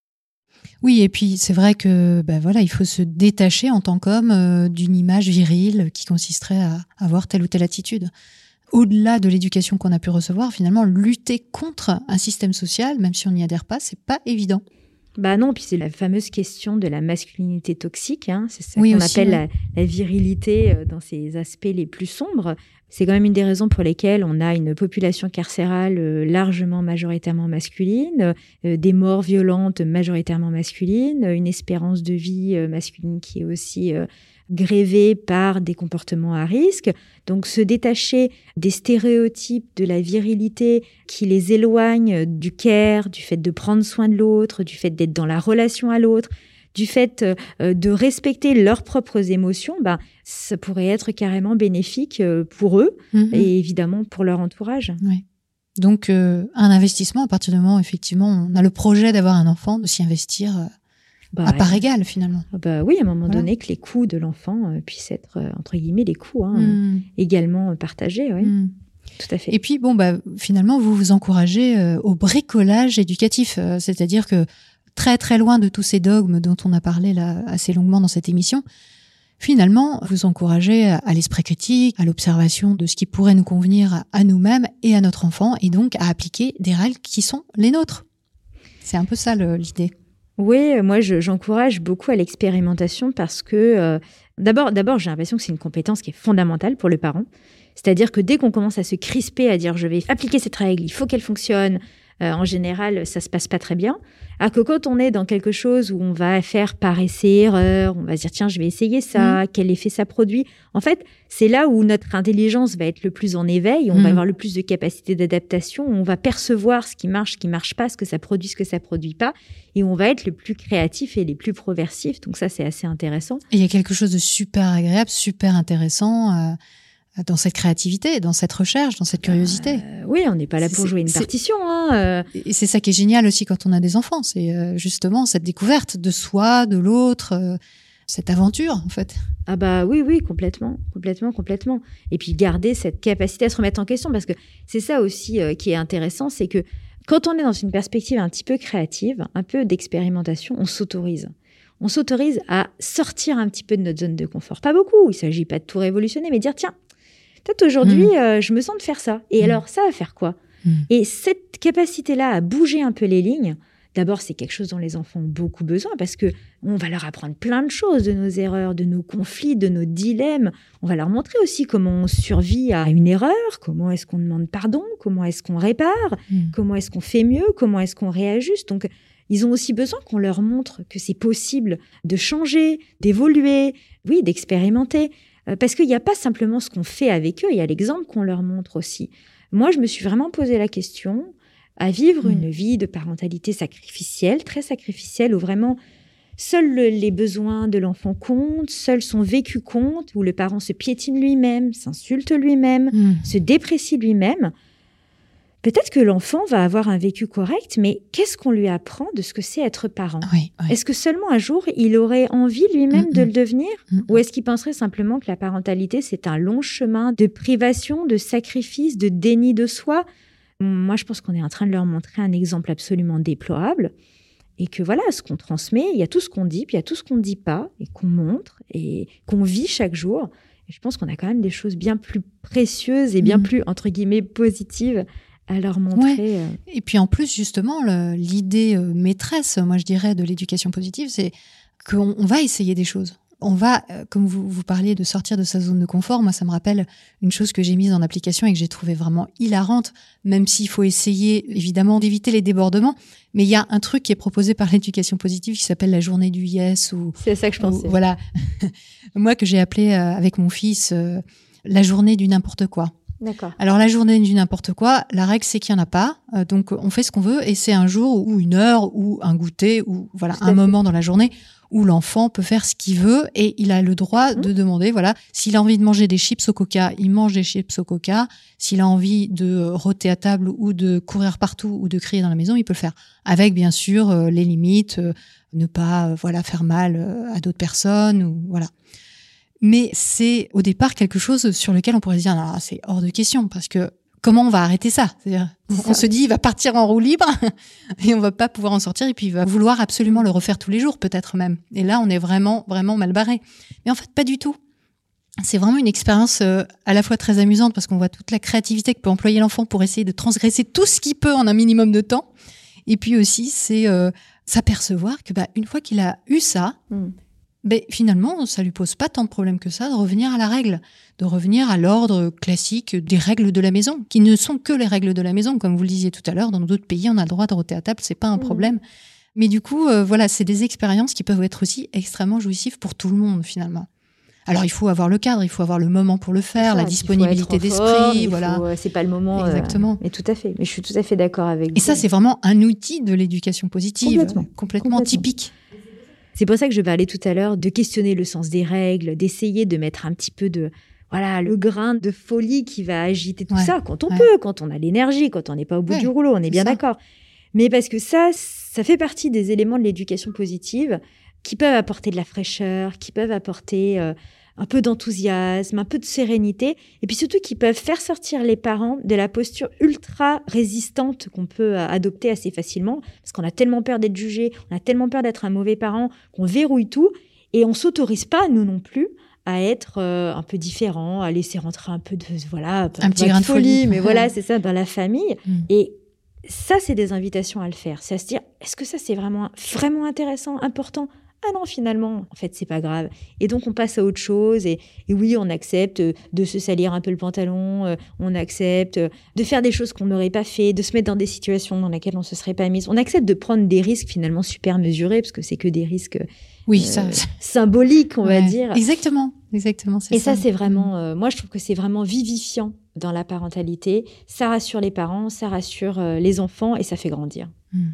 Oui, et puis c'est vrai que il faut se détacher en tant qu'homme d'une image virile qui consisterait à avoir telle ou telle attitude. Au-delà de l'éducation qu'on a pu recevoir, finalement, lutter contre un système social, même si on n'y adhère pas, c'est pas évident. Non, puis c'est la fameuse question de la masculinité toxique, c'est ça qu'on appelle la virilité dans ses aspects les plus sombres. C'est quand même une des raisons pour lesquelles on a une population carcérale largement majoritairement masculine, des morts violentes majoritairement masculines, une espérance de vie masculine qui est aussi grévée par des comportements à risque. Donc se détacher des stéréotypes de la virilité qui les éloignent du care, du fait de prendre soin de l'autre, du fait d'être dans la relation à l'autre, du fait de respecter leurs propres émotions, ça pourrait être carrément bénéfique pour eux et évidemment pour leur entourage. Ouais. Donc, un investissement, à partir du moment où, effectivement, on a le projet d'avoir un enfant, de s'y investir à part égale, finalement. Oui, à un moment donné, que les coûts de l'enfant puissent être, entre guillemets, les coûts également partagés. Ouais. Tout à fait. Et puis, finalement, vous vous encouragez au bricolage éducatif, c'est-à-dire que très très loin de tous ces dogmes dont on a parlé là assez longuement dans cette émission, finalement, vous encouragez à l'esprit critique, à l'observation de ce qui pourrait nous convenir à nous-mêmes et à notre enfant, et donc à appliquer des règles qui sont les nôtres. C'est un peu ça l'idée. Oui, moi j'encourage beaucoup à l'expérimentation parce que d'abord j'ai l'impression que c'est une compétence qui est fondamentale pour le parent. C'est-à-dire que dès qu'on commence à se crisper, à dire je vais appliquer cette règle, il faut qu'elle fonctionne, en général, ça se passe pas très bien. Alors que quand on est dans quelque chose où on va faire par essai-erreur, on va se dire tiens, je vais essayer ça, quel effet ça produit. En fait, c'est là où notre intelligence va être le plus en éveil, on va avoir le plus de capacité d'adaptation, on va percevoir ce qui marche pas, ce que ça produit pas, et on va être le plus créatif et les plus proversifs. Donc ça, c'est assez intéressant. Et il y a quelque chose de super agréable, super intéressant dans cette créativité, dans cette recherche, dans cette curiosité. Oui, on n'est pas là pour jouer une partition. Et c'est ça qui est génial aussi quand on a des enfants, c'est justement cette découverte de soi, de l'autre, cette aventure en fait. Oui, complètement. Et puis garder cette capacité à se remettre en question, parce que c'est ça aussi qui est intéressant, c'est que quand on est dans une perspective un petit peu créative, un peu d'expérimentation, on s'autorise. On s'autorise à sortir un petit peu de notre zone de confort. Pas beaucoup, il s'agit pas de tout révolutionner, mais dire tiens, peut-être aujourd'hui, je me sens de faire ça. Et alors, ça va faire quoi ? Et cette capacité-là à bouger un peu les lignes, d'abord, c'est quelque chose dont les enfants ont beaucoup besoin parce que on va leur apprendre plein de choses, de nos erreurs, de nos conflits, de nos dilemmes. On va leur montrer aussi comment on survit à une erreur, comment est-ce qu'on demande pardon, comment est-ce qu'on répare, comment est-ce qu'on fait mieux, comment est-ce qu'on réajuste. Donc, ils ont aussi besoin qu'on leur montre que c'est possible de changer, d'évoluer, oui, d'expérimenter. Parce qu'il n'y a pas simplement ce qu'on fait avec eux, il y a l'exemple qu'on leur montre aussi. Moi, je me suis vraiment posé la question à vivre une vie de parentalité sacrificielle, très sacrificielle, où vraiment seuls les besoins de l'enfant comptent, seul son vécu compte, où le parent se piétine lui-même, s'insulte lui-même, se déprécie lui-même. Peut-être que l'enfant va avoir un vécu correct, mais qu'est-ce qu'on lui apprend de ce que c'est être parent ? Est-ce que seulement un jour, il aurait envie lui-même de le devenir ? Ou est-ce qu'il penserait simplement que la parentalité, c'est un long chemin de privation, de sacrifice, de déni de soi ? Moi, je pense qu'on est en train de leur montrer un exemple absolument déplorable. Et que voilà, ce qu'on transmet, il y a tout ce qu'on dit, puis il y a tout ce qu'on ne dit pas, et qu'on montre, et qu'on vit chaque jour. Et je pense qu'on a quand même des choses bien plus précieuses et bien plus, entre guillemets, positives à leur montrer. Et puis en plus, justement, l'idée maîtresse, moi je dirais, de l'éducation positive, c'est qu'on va essayer des choses. On va, comme vous parliez de sortir de sa zone de confort, moi ça me rappelle une chose que j'ai mise en application et que j'ai trouvée vraiment hilarante, même s'il faut essayer évidemment d'éviter les débordements, mais il y a un truc qui est proposé par l'éducation positive qui s'appelle la journée du yes. C'est ça que je pensais. Voilà, moi que j'ai appelé avec mon fils la journée du n'importe quoi. D'accord. Alors la journée du n'importe quoi, la règle c'est qu'il n'y en a pas, donc on fait ce qu'on veut et c'est un jour ou une heure ou un goûter ou voilà un moment dans la journée où l'enfant peut faire ce qu'il veut et il a le droit de demander, voilà, s'il a envie de manger des chips au coca, il mange des chips au coca, s'il a envie de rôter à table ou de courir partout ou de crier dans la maison, il peut le faire, avec bien sûr les limites, ne pas faire mal à d'autres personnes ou voilà. Mais c'est au départ quelque chose sur lequel on pourrait se dire non, c'est hors de question parce que comment on va arrêter ça ? C'est-à-dire, on se dit il va partir en roue libre et on va pas pouvoir en sortir et puis il va vouloir absolument le refaire tous les jours peut-être même. Et là on est vraiment mal barré. Mais en fait pas du tout. C'est vraiment une expérience à la fois très amusante parce qu'on voit toute la créativité que peut employer l'enfant pour essayer de transgresser tout ce qu'il peut en un minimum de temps. Et puis aussi c'est s'apercevoir que une fois qu'il a eu ça, Finalement, ça lui pose pas tant de problèmes que ça de revenir à la règle, de revenir à l'ordre classique des règles de la maison, qui ne sont que les règles de la maison. Comme vous le disiez tout à l'heure, dans d'autres pays, on a le droit de rôter à table, c'est pas un problème. Mais du coup, c'est des expériences qui peuvent être aussi extrêmement jouissives pour tout le monde, finalement. Alors, il faut avoir le cadre, il faut avoir le moment pour le faire, la disponibilité d'esprit, c'est pas le moment. Exactement. Mais tout à fait. Mais je suis tout à fait d'accord avec vous. Et ça, c'est vraiment un outil de l'éducation positive, complètement typique. C'est pour ça que je parlais tout à l'heure de questionner le sens des règles, d'essayer de mettre un petit peu de, le grain de folie qui va agiter tout ça quand on peut, quand on a l'énergie, quand on n'est pas au bout du rouleau, on est bien d'accord. Mais parce que ça fait partie des éléments de l'éducation positive qui peuvent apporter de la fraîcheur, qui peuvent apporter un peu d'enthousiasme, un peu de sérénité, et puis surtout qui peuvent faire sortir les parents de la posture ultra résistante qu'on peut adopter assez facilement, parce qu'on a tellement peur d'être jugé, on a tellement peur d'être un mauvais parent, qu'on verrouille tout, et on s'autorise pas, nous non plus, à être un peu différent, à laisser rentrer un peu de, un petit grain de folie, mais c'est ça, dans la famille. Et ça, c'est des invitations à le faire. C'est à se dire, est-ce que ça, c'est vraiment intéressant, important ? Ah non, finalement, en fait, c'est pas grave. Et donc, on passe à autre chose. Et oui, on accepte de se salir un peu le pantalon. On accepte de faire des choses qu'on n'aurait pas fait, de se mettre dans des situations dans lesquelles on se serait pas mise. On accepte de prendre des risques finalement super mesurés, parce que c'est que des risques symboliques, on va dire. Exactement. Et ça, c'est vraiment... moi, je trouve que c'est vraiment vivifiant dans la parentalité. Ça rassure les parents, ça rassure les enfants et ça fait grandir.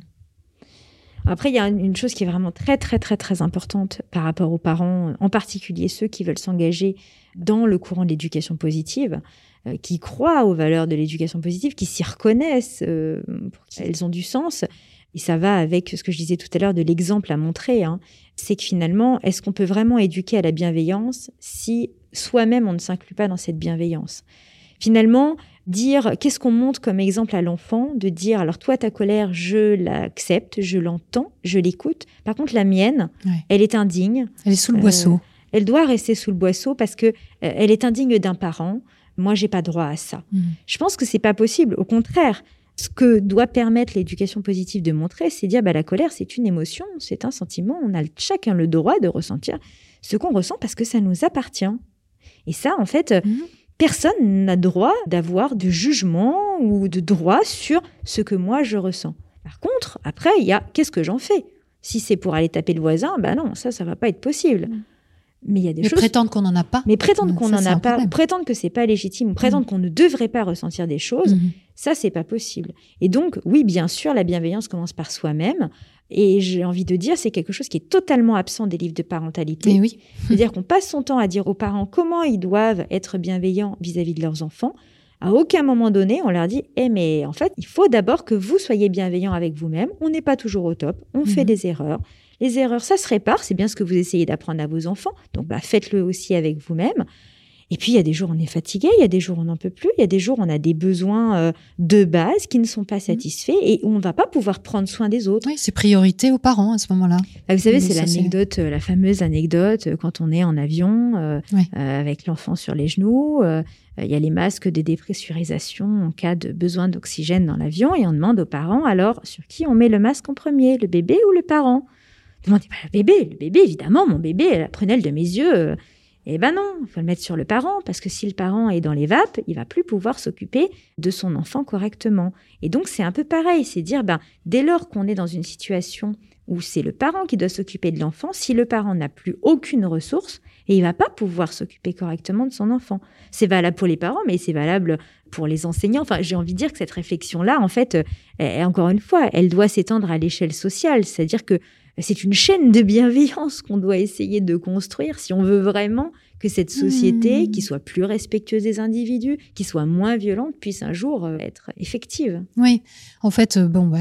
Après, il y a une chose qui est vraiment très, très, très, très importante par rapport aux parents, en particulier ceux qui veulent s'engager dans le courant de l'éducation positive, qui croient aux valeurs de l'éducation positive, qui s'y reconnaissent, elles ont du sens. Et ça va avec ce que je disais tout à l'heure de l'exemple à montrer. C'est que finalement, est-ce qu'on peut vraiment éduquer à la bienveillance si soi-même, on ne s'inclut pas dans cette bienveillance ? Finalement, dire qu'est-ce qu'on montre comme exemple à l'enfant, de dire alors toi ta colère je l'accepte, je l'entends, je l'écoute. Par contre la mienne, elle est indigne. Elle est sous le boisseau. Elle doit rester sous le boisseau parce que elle est indigne d'un parent. Moi j'ai pas droit à ça. Je pense que c'est pas possible. Au contraire, ce que doit permettre l'éducation positive de montrer, c'est dire la colère c'est une émotion, c'est un sentiment. On a chacun le droit de ressentir ce qu'on ressent parce que ça nous appartient. Et ça en fait. Personne n'a droit d'avoir de jugement ou de droit sur ce que moi je ressens. Par contre, après, il y a qu'est-ce que j'en fais ? Si c'est pour aller taper le voisin, non, ça va pas être possible. Mais il y a des choses... prétendre qu'on n'en a pas. Mais prétendre qu'on n'en a pas, ou prétendre que c'est pas légitime, ou prétendre qu'on ne devrait pas ressentir des choses, ça, c'est pas possible. Et donc, oui, bien sûr, la bienveillance commence par soi-même. Et j'ai envie de dire, c'est quelque chose qui est totalement absent des livres de parentalité. Oui. C'est-à-dire qu'on passe son temps à dire aux parents comment ils doivent être bienveillants vis-à-vis de leurs enfants. À aucun moment donné, on leur dit « mais en fait, il faut d'abord que vous soyez bienveillants avec vous-même. On n'est pas toujours au top. On fait des erreurs. Les erreurs, ça se répare. C'est bien ce que vous essayez d'apprendre à vos enfants. Donc, faites-le aussi avec vous-même. » Et puis, il y a des jours où on est fatigué, il y a des jours où on n'en peut plus, il y a des jours où on a des besoins de base qui ne sont pas satisfaits et où on ne va pas pouvoir prendre soin des autres. Oui, c'est priorité aux parents à ce moment-là. Vous savez, c'est l'anecdote, la fameuse anecdote, quand on est en avion avec l'enfant sur les genoux, il y a les masques de dépressurisation en cas de besoin d'oxygène dans l'avion et on demande aux parents, alors, sur qui on met le masque en premier, le bébé ou le parent ? Demandez pas le bébé, évidemment, mon bébé, la prunelle de mes yeux... non, il faut le mettre sur le parent, parce que si le parent est dans les vapes, il va plus pouvoir s'occuper de son enfant correctement. Et donc, c'est un peu pareil, c'est dire, dès lors qu'on est dans une situation où c'est le parent qui doit s'occuper de l'enfant, si le parent n'a plus aucune ressource, et il va pas pouvoir s'occuper correctement de son enfant. C'est valable pour les parents, mais c'est valable pour les enseignants. Enfin, j'ai envie de dire que cette réflexion-là, en fait, encore une fois, elle doit s'étendre à l'échelle sociale, c'est-à-dire que c'est une chaîne de bienveillance qu'on doit essayer de construire si on veut vraiment que cette société, qui soit plus respectueuse des individus, qui soit moins violente, puisse un jour être effective. Oui, en fait,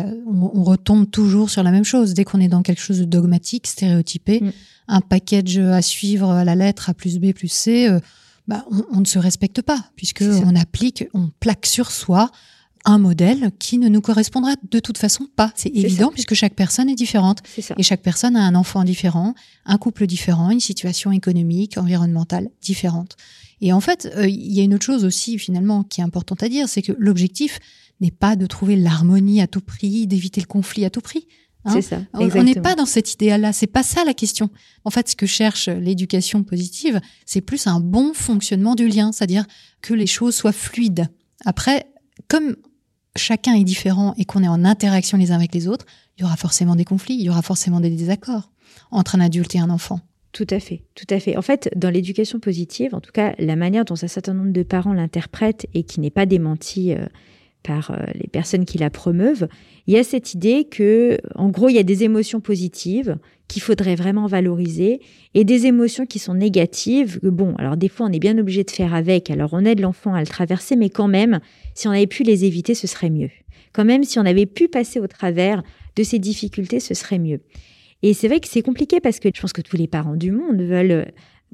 on retombe toujours sur la même chose. Dès qu'on est dans quelque chose de dogmatique, stéréotypé, un package à suivre à la lettre A plus B plus C, on ne se respecte pas, on plaque sur soi un modèle qui ne nous correspondra de toute façon pas. C'est évident puisque chaque personne est différente. Et chaque personne a un enfant différent, un couple différent, une situation économique, environnementale différente. Et en fait, il y a une autre chose aussi finalement qui est importante à dire, c'est que l'objectif n'est pas de trouver l'harmonie à tout prix, d'éviter le conflit à tout prix. C'est ça, on n'est pas dans cet idéal-là, c'est pas ça la question. En fait, ce que cherche l'éducation positive, c'est plus un bon fonctionnement du lien, c'est-à-dire que les choses soient fluides. Après, comme chacun est différent et qu'on est en interaction les uns avec les autres, il y aura forcément des conflits, il y aura forcément des désaccords entre un adulte et un enfant. Tout à fait, tout à fait. En fait, dans l'éducation positive, en tout cas, la manière dont un certain nombre de parents l'interprètent et qui n'est pas démentie par les personnes qui la promeuvent, il y a cette idée que, en gros, il y a des émotions positives qu'il faudrait vraiment valoriser et des émotions qui sont négatives. Bon, alors des fois, on est bien obligé de faire avec. Alors, on aide l'enfant à le traverser, mais quand même, si on avait pu les éviter, ce serait mieux. Quand même, si on avait pu passer au travers de ces difficultés, ce serait mieux. Et c'est vrai que c'est compliqué parce que je pense que tous les parents du monde veulent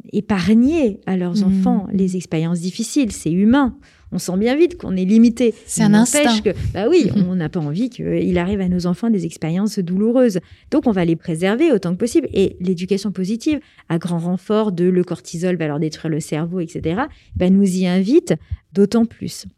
épargner à leurs enfants les expériences difficiles. C'est humain. On sent bien vite qu'on est limité. C'est un instinct. On n'a pas envie qu'il arrive à nos enfants des expériences douloureuses. Donc, on va les préserver autant que possible. Et l'éducation positive, à grand renfort de le cortisol va leur détruire le cerveau, etc., nous y invite d'autant plus.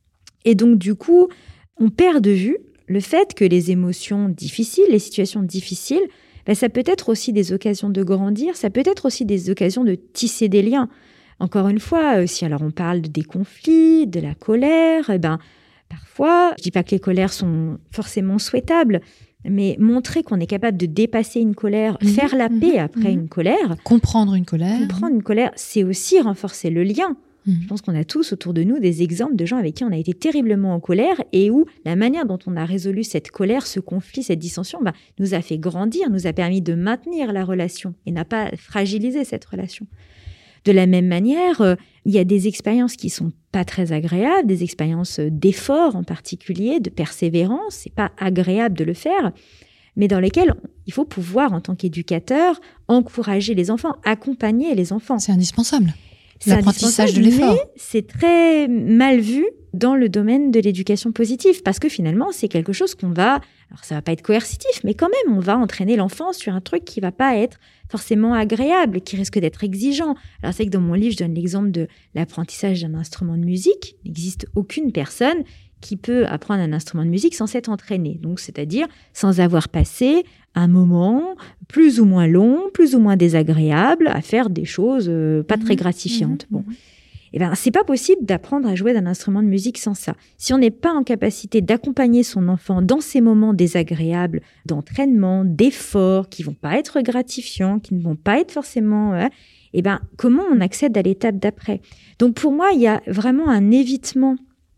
Et donc, du coup, on perd de vue le fait que les émotions difficiles, les situations difficiles, ça peut être aussi des occasions de grandir, ça peut être aussi des occasions de tisser des liens. Encore une fois, si alors on parle des conflits, de la colère, parfois, je dis pas que les colères sont forcément souhaitables, mais montrer qu'on est capable de dépasser une colère, faire la paix après une colère. Comprendre une colère, c'est aussi renforcer le lien. Je pense qu'on a tous autour de nous des exemples de gens avec qui on a été terriblement en colère et où la manière dont on a résolu cette colère, ce conflit, cette dissension, nous a fait grandir, nous a permis de maintenir la relation et n'a pas fragilisé cette relation. De la même manière, il y a des expériences qui sont pas très agréables, des expériences d'effort en particulier, de persévérance. C'est pas agréable de le faire, mais dans lesquelles il faut pouvoir, en tant qu'éducateur, encourager les enfants, accompagner les enfants. C'est indispensable. L'apprentissage de l'effort. Mais c'est très mal vu dans le domaine de l'éducation positive parce que finalement, c'est quelque chose alors ça va pas être coercitif, mais quand même, on va entraîner l'enfant sur un truc qui va pas être forcément agréable, qui risque d'être exigeant. Alors c'est que dans mon livre, je donne l'exemple de l'apprentissage d'un instrument de musique. Il n'existe aucune personne qui peut apprendre un instrument de musique sans s'être entraîné. Donc, c'est-à-dire sans avoir passé un moment plus ou moins long, plus ou moins désagréable à faire des choses pas très gratifiantes. Bon. C'est pas possible d'apprendre à jouer d'un instrument de musique sans ça. Si on n'est pas en capacité d'accompagner son enfant dans ces moments désagréables, d'entraînement, d'efforts, qui vont pas être gratifiants, qui ne vont pas être forcément... comment on accède à l'étape d'après ? Donc, pour moi, il y a vraiment un évitement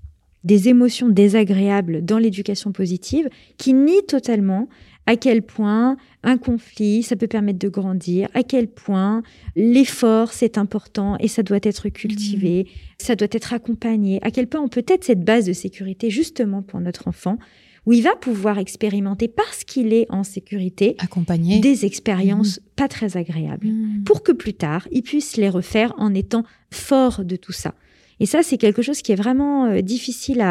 des émotions désagréables dans l'éducation positive qui nie totalement à quel point un conflit, ça peut permettre de grandir, à quel point l'effort, c'est important et ça doit être cultivé, ça doit être accompagné, à quel point on peut être cette base de sécurité justement pour notre enfant, où il va pouvoir expérimenter, parce qu'il est en sécurité, accompagner des expériences pas très agréables, pour que plus tard, il puisse les refaire en étant fort de tout ça. Et ça, c'est quelque chose qui est vraiment difficile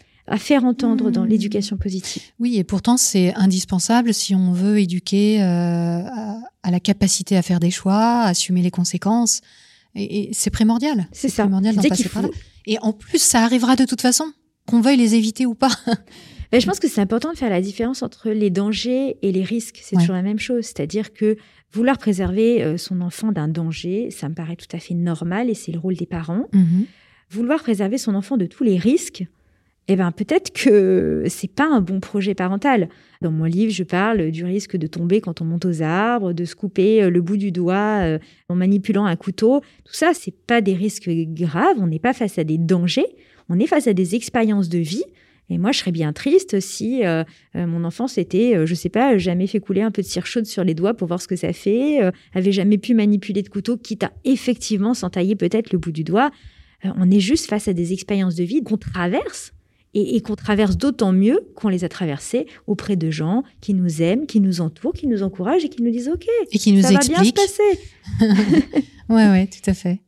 à faire entendre dans l'éducation positive. Oui, et pourtant, c'est indispensable si on veut éduquer à la capacité à faire des choix, à assumer les conséquences. Et c'est primordial. C'est ça. Primordial d'en passer par là. Et en plus, ça arrivera de toute façon, qu'on veuille les éviter ou pas. Je pense que c'est important de faire la différence entre les dangers et les risques. C'est toujours la même chose. C'est-à-dire que vouloir préserver son enfant d'un danger, ça me paraît tout à fait normal et c'est le rôle des parents. Vouloir préserver son enfant de tous les risques, peut-être que c'est pas un bon projet parental. Dans mon livre, je parle du risque de tomber quand on monte aux arbres, de se couper le bout du doigt en manipulant un couteau. Tout ça, c'est pas des risques graves. On n'est pas face à des dangers. On est face à des expériences de vie. Et moi, je serais bien triste si mon enfant s'était, jamais fait couler un peu de cire chaude sur les doigts pour voir ce que ça fait, avait jamais pu manipuler de couteau, quitte à effectivement s'entailler peut-être le bout du doigt. On est juste face à des expériences de vie qu'on traverse et qu'on traverse d'autant mieux qu'on les a traversées auprès de gens qui nous aiment, qui nous entourent, qui nous encouragent et qui nous disent « OK, et qui nous ça expliquent. Va bien se passer. » Ouais, tout à fait.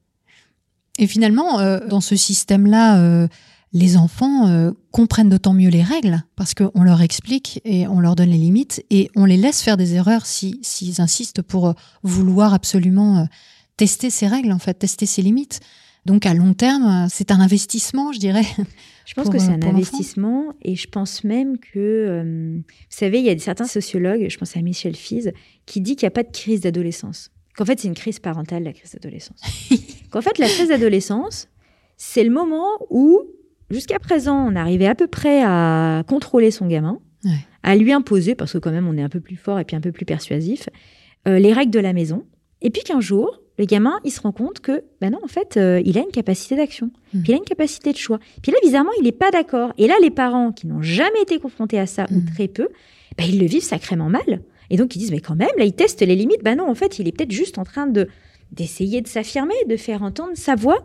Et finalement, dans ce système-là, les enfants comprennent d'autant mieux les règles parce qu'on leur explique et on leur donne les limites et on les laisse faire des erreurs s'ils insistent pour vouloir absolument tester ces règles, en fait, tester ces limites. Donc, à long terme, c'est un investissement, je dirais. Je pense que c'est un investissement et je pense même que, vous savez, il y a certains sociologues, je pense à Michel Fize, qui dit qu'il n'y a pas de crise d'adolescence. Qu'en fait, c'est une crise parentale, la crise d'adolescence. Qu'en fait, la crise d'adolescence, c'est le moment où, jusqu'à présent, on arrivait à peu près à contrôler son gamin, à lui imposer, parce que quand même, on est un peu plus fort et puis un peu plus persuasif, les règles de la maison. Et puis qu'un jour, le gamin, il se rend compte que, non, en fait, il a une capacité d'action. Puis il a une capacité de choix. Puis là, bizarrement, il n'est pas d'accord. Et là, les parents qui n'ont jamais été confrontés à ça, ou très peu, ils le vivent sacrément mal. Et donc, ils disent, mais quand même, là, ils testent les limites. Non, en fait, il est peut-être juste en train d'essayer de s'affirmer, de faire entendre sa voix.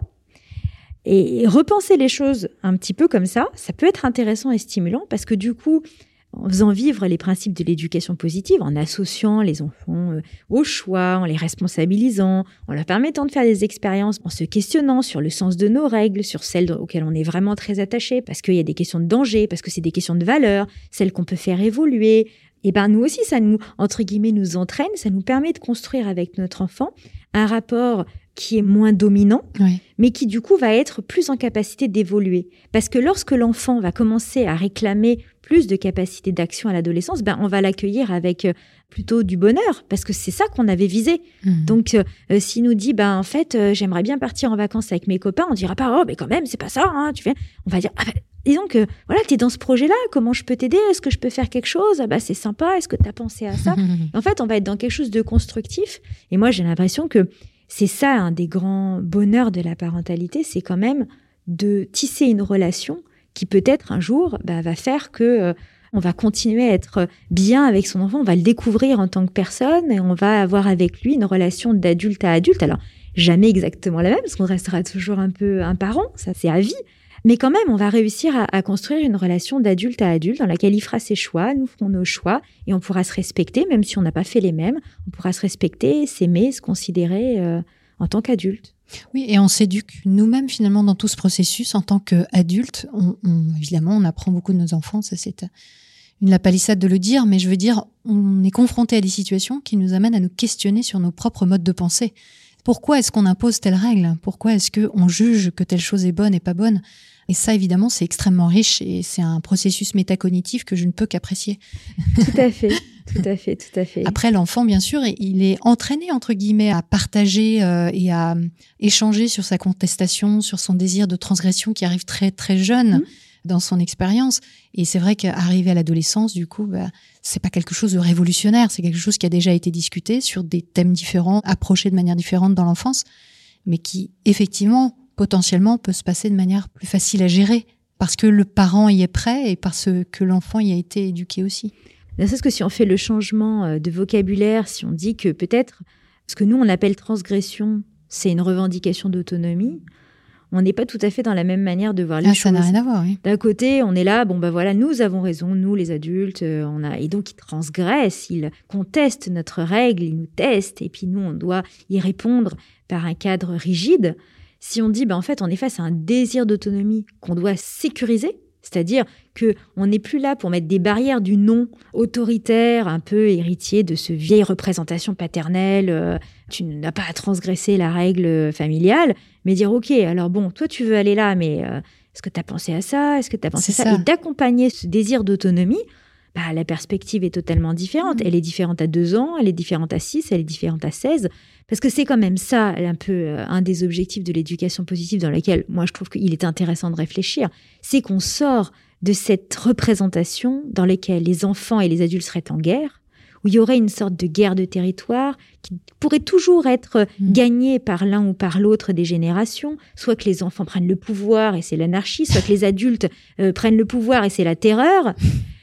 Et repenser les choses un petit peu comme ça peut être intéressant et stimulant parce que du coup, en faisant vivre les principes de l'éducation positive, en associant les enfants au choix, en les responsabilisant, en leur permettant de faire des expériences, en se questionnant sur le sens de nos règles, sur celles auxquelles on est vraiment très attaché, parce qu'il y a des questions de danger, parce que c'est des questions de valeur, celles qu'on peut faire évoluer. Et nous aussi, ça nous, entre guillemets, nous entraîne, ça nous permet de construire avec notre enfant un rapport qui est moins dominant, mais qui du coup va être plus en capacité d'évoluer. Parce que lorsque l'enfant va commencer à réclamer plus de capacité d'action à l'adolescence, on va l'accueillir avec plutôt du bonheur, parce que c'est ça qu'on avait visé. Donc, s'il nous dit, en fait, j'aimerais bien partir en vacances avec mes copains, on dira pas, mais quand même, c'est pas ça, hein, tu fais. On va dire, disons que, voilà, t'es dans ce projet-là, comment je peux t'aider? Est-ce que je peux faire quelque chose? C'est sympa, est-ce que t'as pensé à ça? En fait, on va être dans quelque chose de constructif. Et moi, j'ai l'impression que c'est ça, un des grands bonheurs de la parentalité, c'est quand même de tisser une relation qui peut-être un jour va faire que on va continuer à être bien avec son enfant, on va le découvrir en tant que personne et on va avoir avec lui une relation d'adulte à adulte. Alors, jamais exactement la même, parce qu'on restera toujours un peu un parent, ça c'est à vie. Mais quand même, on va réussir à construire une relation d'adulte à adulte dans laquelle il fera ses choix, nous ferons nos choix, et on pourra se respecter, même si on n'a pas fait les mêmes. On pourra se respecter, s'aimer, se considérer en tant qu'adulte. Oui, et on s'éduque nous-mêmes finalement dans tout ce processus en tant qu'adulte. Évidemment, on apprend beaucoup de nos enfants, ça c'est une lapalissade de le dire, mais je veux dire, on est confronté à des situations qui nous amènent à nous questionner sur nos propres modes de pensée. Pourquoi est-ce qu'on impose telle règle? Pourquoi est-ce qu'on juge que telle chose est bonne et pas bonne? Et ça, évidemment, c'est extrêmement riche et c'est un processus métacognitif que je ne peux qu'apprécier. Tout à fait, tout à fait, tout à fait. Après, l'enfant, bien sûr, il est entraîné, entre guillemets, à partager et à échanger sur sa contestation, sur son désir de transgression qui arrive très, très jeune dans son expérience. Et c'est vrai qu'arriver à l'adolescence, du coup, c'est pas quelque chose de révolutionnaire, c'est quelque chose qui a déjà été discuté sur des thèmes différents, approché de manière différente dans l'enfance, mais qui, effectivement, potentiellement peut se passer de manière plus facile à gérer parce que le parent y est prêt et parce que l'enfant y a été éduqué aussi. C'est ce que si on fait le changement de vocabulaire, si on dit que peut-être ce que nous on appelle transgression, c'est une revendication d'autonomie, on n'est pas tout à fait dans la même manière de voir les choses. Ça n'a rien à voir, oui. D'un côté, on est là, voilà, nous avons raison, nous les adultes, et donc ils transgressent, ils contestent notre règle, ils nous testent, et puis nous on doit y répondre par un cadre rigide. Si on dit, en fait, on est face à un désir d'autonomie qu'on doit sécuriser, c'est-à-dire qu'on n'est plus là pour mettre des barrières du non autoritaire, un peu héritier de ce vieille représentation paternelle, tu n'as pas à transgresser la règle familiale, mais dire, ok, alors bon, toi tu veux aller là, mais est-ce que tu as pensé à ça? Est-ce que tu as pensé à ça? Et d'accompagner ce désir d'autonomie, la perspective est totalement différente. Elle est différente à 2 ans, elle est différente à 6, elle est différente à 16. Parce que c'est quand même ça, un peu, un des objectifs de l'éducation positive dans lequel, moi, je trouve qu'il est intéressant de réfléchir. C'est qu'on sort de cette représentation dans laquelle les enfants et les adultes seraient en guerre, où il y aurait une sorte de guerre de territoire qui pourrait toujours être gagnée par l'un ou par l'autre des générations, soit que les enfants prennent le pouvoir et c'est l'anarchie, soit que les adultes prennent le pouvoir et c'est la terreur.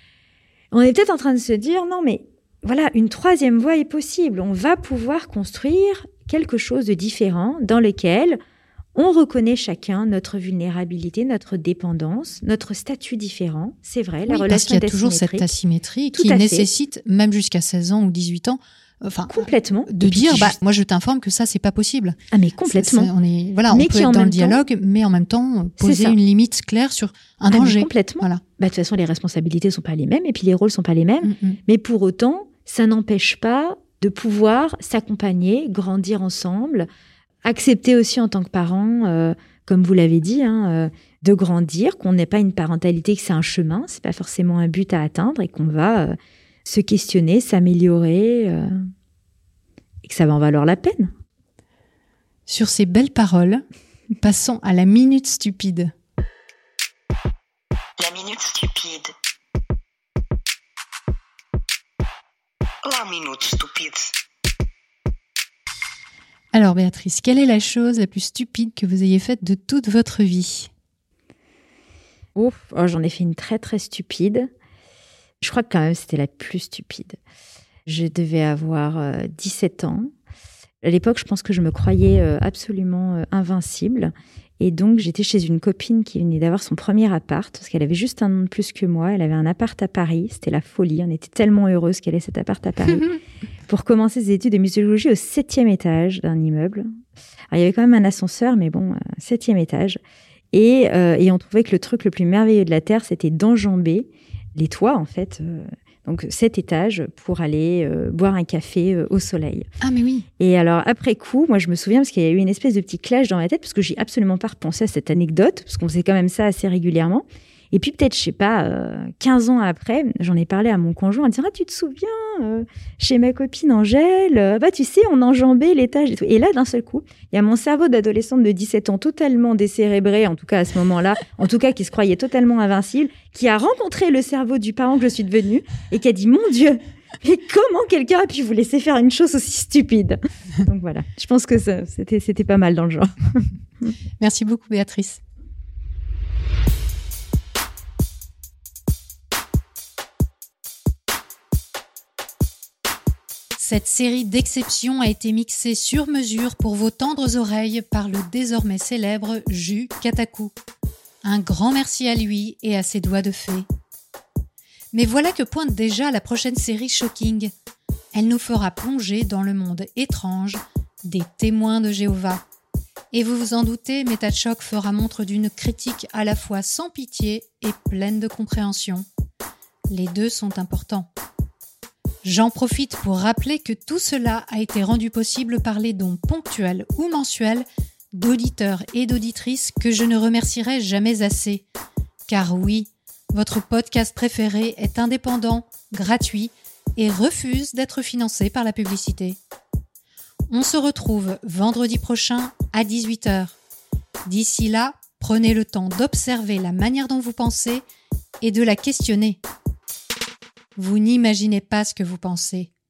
On est peut-être en train de se dire, non mais voilà, une troisième voie est possible. On va pouvoir construire quelque chose de différent dans lequel on reconnaît chacun notre vulnérabilité, notre dépendance, notre statut différent. C'est vrai, la relation parce qu'il y a toujours cette asymétrie qui nécessite, même jusqu'à 16 ans ou 18 ans, complètement, de dire, moi je t'informe que ça, c'est pas possible. Ah mais complètement. On peut être dans le dialogue, mais en même temps, poser une limite claire sur un danger. Mais complètement. Voilà. De toute façon, les responsabilités sont pas les mêmes et puis les rôles sont pas les mêmes. Mais pour autant, ça n'empêche pas de pouvoir s'accompagner, grandir ensemble, accepter aussi en tant que parent, comme vous l'avez dit, de grandir, qu'on n'est pas une parentalité, que c'est un chemin, c'est pas forcément un but à atteindre et qu'on va se questionner, s'améliorer et que ça va en valoir la peine. Sur ces belles paroles, passons à la minute stupide. La minute stupide. La minute stupide. Alors Béatrice, quelle est la chose la plus stupide que vous ayez faite de toute votre vie ? J'en ai fait une très très stupide. Je crois que quand même c'était la plus stupide. Je devais avoir 17 ans. À l'époque, je pense que je me croyais absolument invincible. Et donc, j'étais chez une copine qui venait d'avoir son premier appart, parce qu'elle avait juste un an de plus que moi. Elle avait un appart à Paris. C'était la folie. On était tellement heureuses qu'elle ait cet appart à Paris. Pour commencer ses études de muséologie au 7e étage d'un immeuble. Alors, il y avait quand même un ascenseur, mais bon, 7e étage. Et on trouvait que le truc le plus merveilleux de la Terre, c'était d'enjamber les toits, en fait, donc 7 étages, pour aller boire un café au soleil. Ah, mais oui. Et alors, après coup, moi, je me souviens, parce qu'il y a eu une espèce de petit clash dans ma tête, parce que j'ai absolument pas repensé à cette anecdote, parce qu'on faisait quand même ça assez régulièrement. Et puis, peut-être, je sais pas, 15 ans après, j'en ai parlé à mon conjoint, en disant « Ah, tu te souviens, chez ma copine Angèle, tu sais, on enjambait l'étage et tout. » Et là, d'un seul coup, il y a mon cerveau d'adolescente de 17 ans totalement décérébré, en tout cas à ce moment-là, en tout cas qui se croyait totalement invincible, qui a rencontré le cerveau du parent que je suis devenue et qui a dit « Mon Dieu, mais comment quelqu'un a pu vous laisser faire une chose aussi stupide ?» Donc voilà, je pense que c'était pas mal dans le genre. Merci beaucoup, Béatrice. Cette série d'exceptions a été mixée sur mesure pour vos tendres oreilles par le désormais célèbre Jus Katakou. Un grand merci à lui et à ses doigts de fée. Mais voilà que pointe déjà la prochaine série Shocking. Elle nous fera plonger dans le monde étrange des témoins de Jéhovah. Et vous vous en doutez, MetaChoc fera montre d'une critique à la fois sans pitié et pleine de compréhension. Les deux sont importants. J'en profite pour rappeler que tout cela a été rendu possible par les dons ponctuels ou mensuels d'auditeurs et d'auditrices que je ne remercierai jamais assez. Car oui, votre podcast préféré est indépendant, gratuit et refuse d'être financé par la publicité. On se retrouve vendredi prochain à 18h. D'ici là, prenez le temps d'observer la manière dont vous pensez et de la questionner. Vous n'imaginez pas ce que vous pensez.